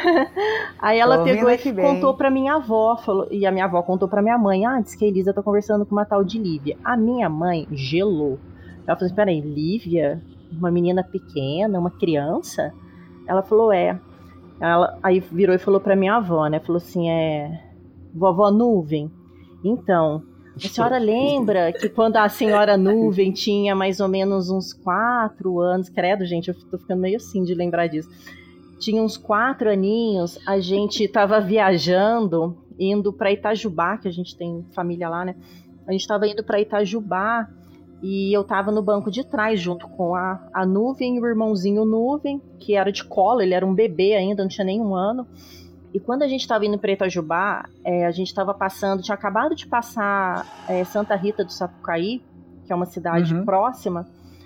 Aí ela Tô pegou ouvindo e aqui bem. contou pra minha avó. Falou, e a minha avó contou pra minha mãe. Ah, diz que a Elisa tá conversando com uma tal de Lívia. A minha mãe gelou. Ela falou assim: peraí, Lívia? Uma menina pequena, uma criança? Ela falou: é. Ela, aí virou e falou pra minha avó, né? Falou assim: é. Vovó Nuvem, então. A senhora lembra que quando a senhora Nuvem tinha mais ou menos uns quatro anos, credo, gente, eu tô ficando meio assim de lembrar disso. Tinha uns quatro aninhos, a gente tava viajando, indo pra Itajubá, que a gente tem família lá, né? A gente tava indo pra Itajubá e eu tava no banco de trás junto com a, a Nuvem e o irmãozinho Nuvem, que era de colo, ele era um bebê ainda, não tinha nem um ano. E quando a gente estava indo para Itajubá, é, a gente estava passando, tinha acabado de passar é, Santa Rita do Sapucaí, que é uma cidade Uhum. próxima.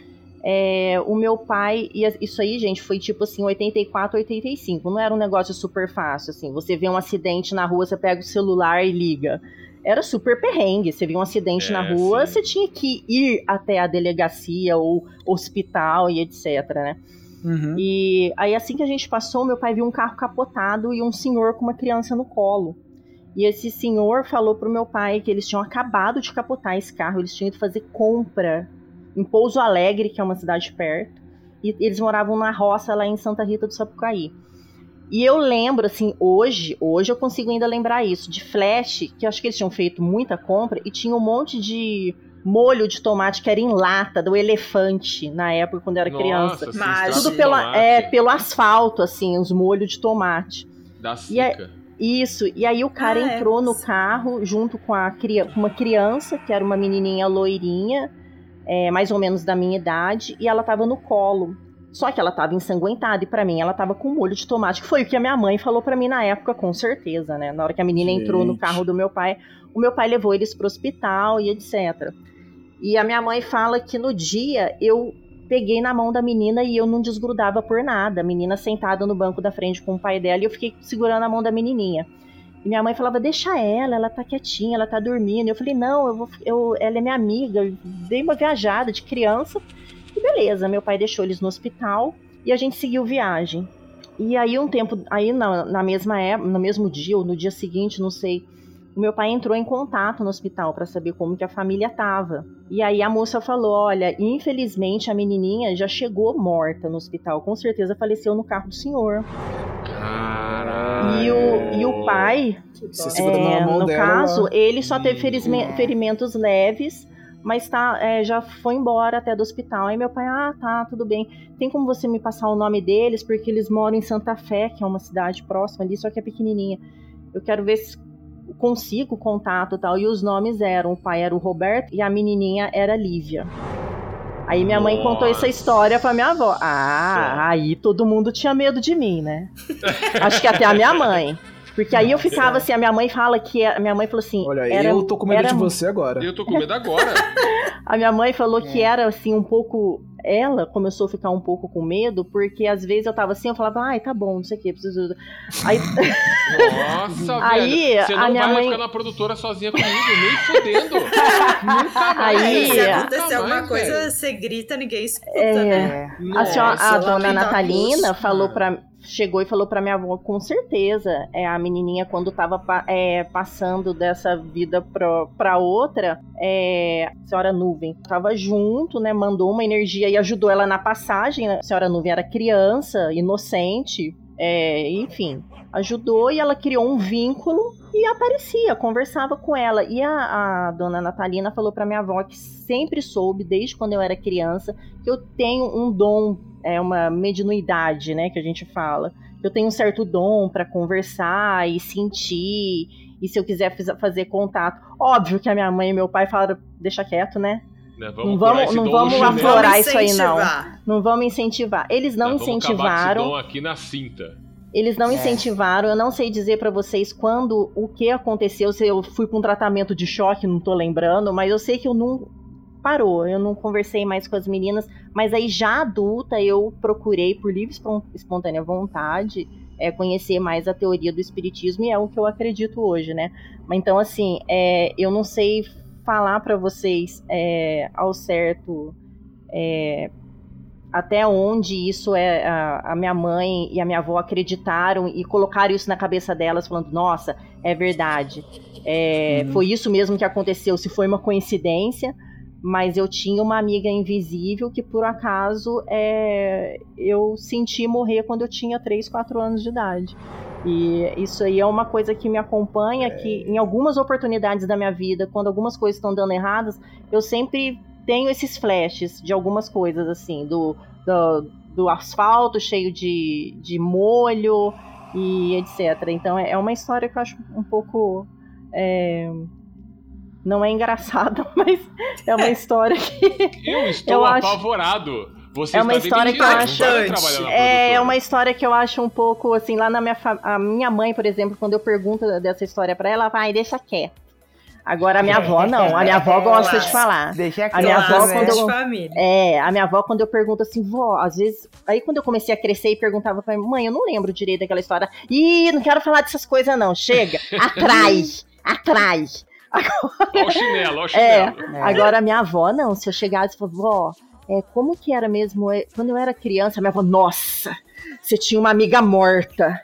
É, o meu pai, e isso aí, gente, foi tipo assim, oitenta e quatro, oitenta e cinco. Não era um negócio super fácil, assim. Você vê um acidente na rua, você pega o celular e liga. era super perrengue. Você via um acidente É, na rua, sim. você tinha que ir até a delegacia ou hospital e etc, né? Uhum. E aí assim que a gente passou, meu pai viu um carro capotado e um senhor com uma criança no colo. E esse senhor falou pro meu pai que eles tinham acabado de capotar esse carro, eles tinham ido fazer compra em Pouso Alegre, que é uma cidade perto, e eles moravam na roça lá em Santa Rita do Sapucaí. E eu lembro, assim, hoje, hoje eu consigo ainda lembrar isso, de flash, que eu acho que eles tinham feito muita compra e tinha um monte de molho de tomate que era em lata, do Elefante, na época, quando eu era Nossa, criança. assim, Mas- extrato Tudo de pela, tomate, é, pelo asfalto, assim, os molhos de tomate. Da E é- Sica. Isso, e aí o cara Ah, é. entrou no carro junto com, a, cria- com uma criança, que era uma menininha loirinha, é, mais ou menos da minha idade, e ela tava no colo. Só que ela tava ensanguentada, e pra mim ela tava com molho de tomate, que foi o que a minha mãe falou pra mim na época, com certeza, né? Na hora que a menina entrou no Gente. carro do meu pai, o meu pai levou eles pro hospital e etcétera. E a minha mãe fala que no dia eu peguei na mão da menina e eu não desgrudava por nada. A menina sentada no banco da frente com o pai dela e eu fiquei segurando a mão da menininha. E minha mãe falava, deixa ela, ela tá quietinha, ela tá dormindo. Eu falei, não, eu vou, eu, ela é minha amiga. Eu dei uma viajada de criança. E beleza, meu pai deixou eles no hospital e a gente seguiu viagem. E aí um tempo, aí na, na mesma época, no mesmo dia ou no dia seguinte, não sei, o meu pai entrou em contato no hospital para saber como que a família tava. E aí a moça falou, olha, infelizmente a menininha já chegou morta no hospital, com certeza faleceu no carro do senhor. Caralho. E o, e o pai, Você segurando é, na mão no dela. caso, ele só teve Hum. ferisme- ferimentos leves, mas tá, é, já foi embora até do hospital. Aí meu pai, ah, tá, tudo bem. Tem como você me passar o nome deles? Porque eles moram em Santa Fé, que é uma cidade próxima ali, só que é pequenininha. Eu quero ver se consigo contato e tal. E os nomes eram, o pai era o Roberto e a menininha era a Lívia. Aí minha mãe contou essa história pra minha avó. Ah, aí todo mundo tinha medo de mim, né? Acho que até a minha mãe. Porque aí eu ficava assim, a minha mãe fala que... A minha mãe falou assim... Olha, era, eu tô com medo era, de você agora. Eu tô com medo agora. A minha mãe falou É. que era assim um pouco... Ela começou a ficar um pouco com medo, porque às vezes eu tava assim, eu falava, ai, tá bom, não sei o que, preciso... Aí... Nossa, Aí, velho. Você a não minha vai mãe- ficar na produtora sozinha comigo, nem fudendo. Nunca mais. Aí, se é. acontecer Nunca alguma mais, coisa, velho. você grita, ninguém escuta, É. né? É. A, senhora, Nossa, a dona lamento Natalina abuso, falou mano. pra, chegou e falou pra minha avó, com certeza, é, a menininha quando tava pa- é, passando dessa vida pra, pra outra, é, a senhora Nuvem tava junto, né, mandou uma energia e ajudou ela na passagem, né? A senhora Nuvem era criança, inocente, é, enfim, ajudou e ela criou um vínculo e aparecia, conversava com ela. E a, a dona Natalina falou pra minha avó que sempre soube, desde quando eu era criança, que eu tenho um dom, é uma mediunidade, né, que a gente fala. Eu tenho um certo dom para conversar e sentir, e se eu quiser fiz- fazer contato. Óbvio que a minha mãe e meu pai falaram, deixa quieto, né? Né, Não curar vamos- esse não dom vamos no aflorar chinelo. Aflorar isso aí, não. incentivar. Não vamos incentivar. Eles não Né, vamos acabar com esse incentivaram. dom aqui na cinta. Eles não É. incentivaram, eu não sei dizer pra vocês quando, o que aconteceu, se eu fui pra um tratamento de choque, não tô lembrando, mas eu sei que eu não parou, eu não conversei mais com as meninas, mas aí já adulta eu procurei por livre espon- espontânea vontade é, conhecer mais a teoria do espiritismo e é o que eu acredito hoje, né? Mas então assim, é, eu não sei falar pra vocês é, ao certo é, até onde isso é a, a minha mãe e a minha avó acreditaram e colocaram isso na cabeça delas, falando, nossa, é verdade. É, Uhum. Foi isso mesmo que aconteceu, se foi uma coincidência, mas eu tinha uma amiga invisível que, por acaso, é, eu senti morrer quando eu tinha três, quatro anos de idade. E isso aí é uma coisa que me acompanha, que em algumas oportunidades da minha vida, quando algumas coisas estão dando erradas, eu sempre tenho esses flashes de algumas coisas, assim, do, do, do asfalto cheio de, de molho e etcétera. Então é uma história que eu acho um pouco... é, não é engraçada, mas é uma história que... Eu estou Eu acho- apavorado. Você É uma está história que eu demitida, acho- não vai trabalhar na É produtora. uma história que eu acho um pouco, assim, lá na minha família... A minha mãe, por exemplo, quando eu pergunto dessa história pra ela, ela vai, deixa quieto. Agora a minha avó não, a minha avó gosta de falar. Deixa A minha quieto, avó, né? quando eu- de família. É, a minha avó, quando eu pergunto assim, vó, às vezes... Aí quando eu comecei a crescer e perguntava pra mim, mãe, eu não lembro direito daquela história. Ih, não quero falar dessas coisas não, chega, atrás, atrás. Olha o chinelo, olha o É, chinelo. agora a minha avó, não. Se eu chegasse e falasse, vó, é, como que era mesmo? É, quando eu era criança, minha avó, nossa, você tinha uma amiga morta.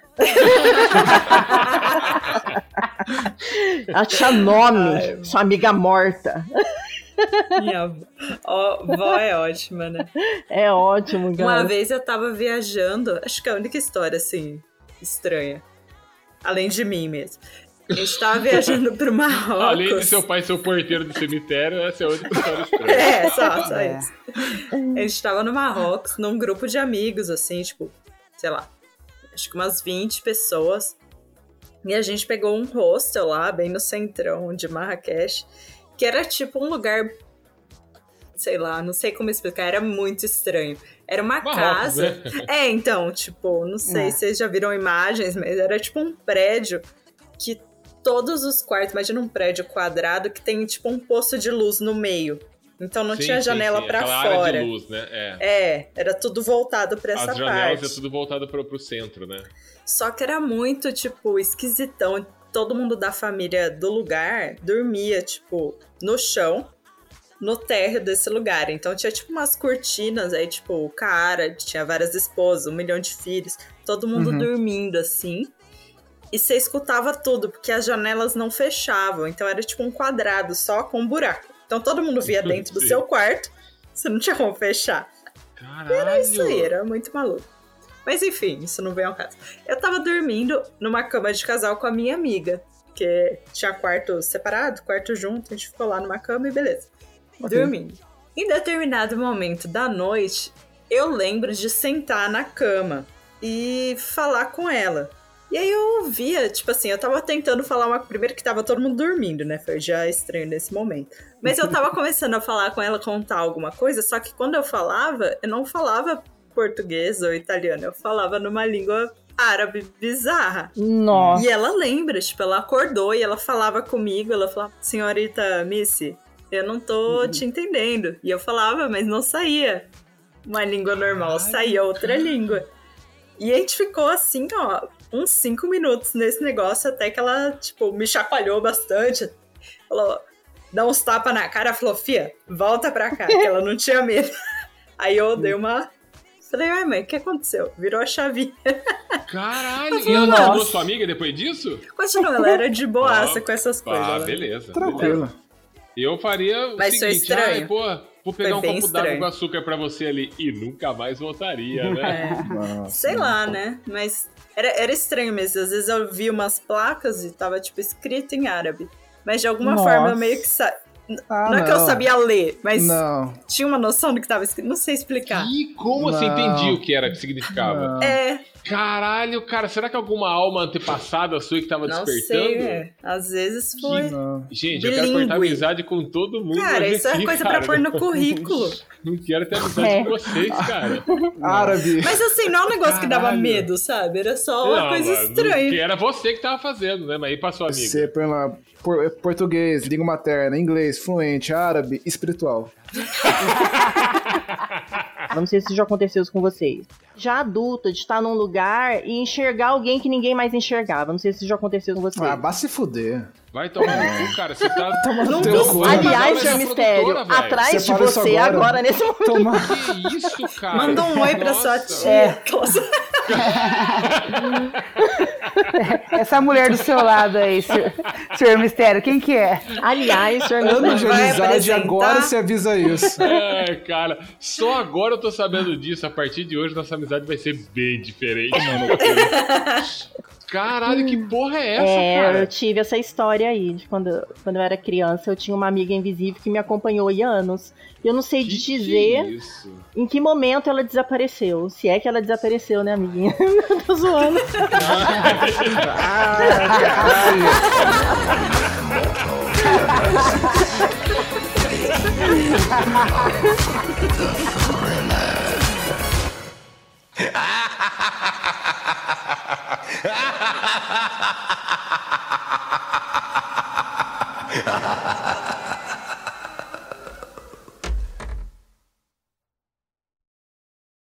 Ela tinha nome, Ai, sua amiga morta. Minha avó, ó, vó é ótima, né? É ótimo, cara. Uma vez eu tava viajando, acho que é a única história, assim, estranha. Além de mim mesmo. A gente tava viajando pro Marrocos. Além de seu pai ser o porteiro do cemitério, essa é outra história estranha. É, só, só É. isso. A gente tava no Marrocos, num grupo de amigos, assim, tipo, sei lá, acho que umas vinte pessoas. E a gente pegou um hostel lá, bem no centrão de Marrakech, que era tipo um lugar, sei lá, não sei como explicar, era muito estranho. Era uma Marrocos, casa. né? É, então, tipo, não sei É. se vocês já viram imagens, mas era tipo um prédio que todos os quartos, imagina um prédio quadrado que tem tipo um poço de luz no meio. Então não Sim, tinha sim, janela sim, pra aquela fora. área de luz, né? É. É, era tudo voltado pra essa As janelas parte. é tudo voltado pro, pro centro, né? Só que era muito, tipo, esquisitão. Todo mundo da família do lugar dormia, tipo, no chão, no térreo desse lugar. Então tinha, tipo, umas cortinas aí, tipo, o cara tinha várias esposas, um milhão de filhos, todo mundo Uhum. dormindo, assim. E você escutava tudo, porque as janelas não fechavam. Então era, tipo, um quadrado só com um buraco. Então todo mundo via dentro do Sim. seu quarto, você não tinha como fechar. Caralho! Era isso aí, era muito maluco. Mas enfim, isso não vem ao caso. Eu tava dormindo numa cama de casal com a minha amiga, que tinha quarto separado, quarto junto, a gente ficou lá numa cama e beleza. Ok. Dormindo. Em determinado momento da noite, eu lembro de sentar na cama e falar com ela. E aí eu ouvia, tipo assim, eu tava tentando falar uma... Primeiro que tava todo mundo dormindo, né? Foi já estranho nesse momento. Mas eu tava começando a falar com ela, contar alguma coisa, só que quando eu falava, eu não falava português ou italiano, eu falava numa língua árabe bizarra. Nossa. E ela lembra, tipo, ela acordou e ela falava comigo, ela falava, senhorita Missy, eu não tô te entendendo. E eu falava, mas não saía uma língua normal, saía outra língua. E a gente ficou assim, ó, uns cinco minutos nesse negócio, até que ela, tipo, me chacoalhou bastante. Falou, dá uns tapas na cara, falou, fia, volta pra cá, que ela não tinha medo. Aí eu dei uma... Falei, ai mãe, o que aconteceu? Virou a chavinha. Caralho! Eu E ela falei, tornou nossa. sua amiga depois disso? Continua, ela era de boaça Ah, com essas coisas. Ah, ela- beleza. beleza. Tranquilo. Eu faria o Mas foi seguinte, estranho. ai, pô, vou pegar Foi um bem copo d'água estranho. com açúcar pra você ali. E nunca mais voltaria, né? É. Nossa, Sei não. lá, né? Mas era, era estranho mesmo. Às vezes eu vi umas placas e tava, tipo, escrito em árabe. Mas de alguma Nossa. forma eu meio que sa... Ah, não é que eu sabia ler, mas Não. tinha uma noção do que tava escrito. Não sei explicar. E como assim? Não. Entendi o que era, que significava. Não. É, Caralho, cara, será que alguma alma antepassada sua que tava não despertando? sei, é. Às vezes foi. Não. Gente, eu quero cortar Bilíngue. amizade com todo mundo. Cara, hoje isso é aqui, coisa cara. pra pôr no currículo. Não quero ter amizade É. com vocês, cara. Árabe. Mas assim, não é um negócio que dava Caralho. medo, sabe? Era só uma Não, coisa mano, estranha. Que era você que tava fazendo, né? Mas aí passou amigo. Você põe lá por- português, língua materna, inglês, fluente, árabe, espiritual. Não sei se isso já aconteceu isso com vocês. Já adulta, de estar num lugar e enxergar alguém que ninguém mais enxergava. Não sei se isso já aconteceu com vocês. Ah, vá se fuder. Vai tomar no cu, cara. Você tá. Toma no Nunca teu vi. cu. Aliás, Mas seu é mistério, produtora, velho. atrás Você de fala isso você agora, agora? nesse momento. Toma. Que isso, cara? Manda um oi pra sua Nossa. tia. É. Aquelas- Essa mulher do seu lado aí, senhor, senhor Mistério, quem que é? Aliás, senhor Anos de mistério. Vai amizade, apresentar? agora se avisa isso. É, cara, só agora eu tô sabendo disso. A partir de hoje, nossa amizade vai ser bem diferente. Caralho, que porra é essa, É, eu cara? tive essa história aí, de quando, quando eu era criança, eu tinha uma amiga invisível que me acompanhou há anos. E eu não sei Que de que é dizer isso? em que momento ela desapareceu. Se é que ela desapareceu, né, amiguinha? Eu tô zoando. Ah, caralho. Ha ha ha ha ha ha!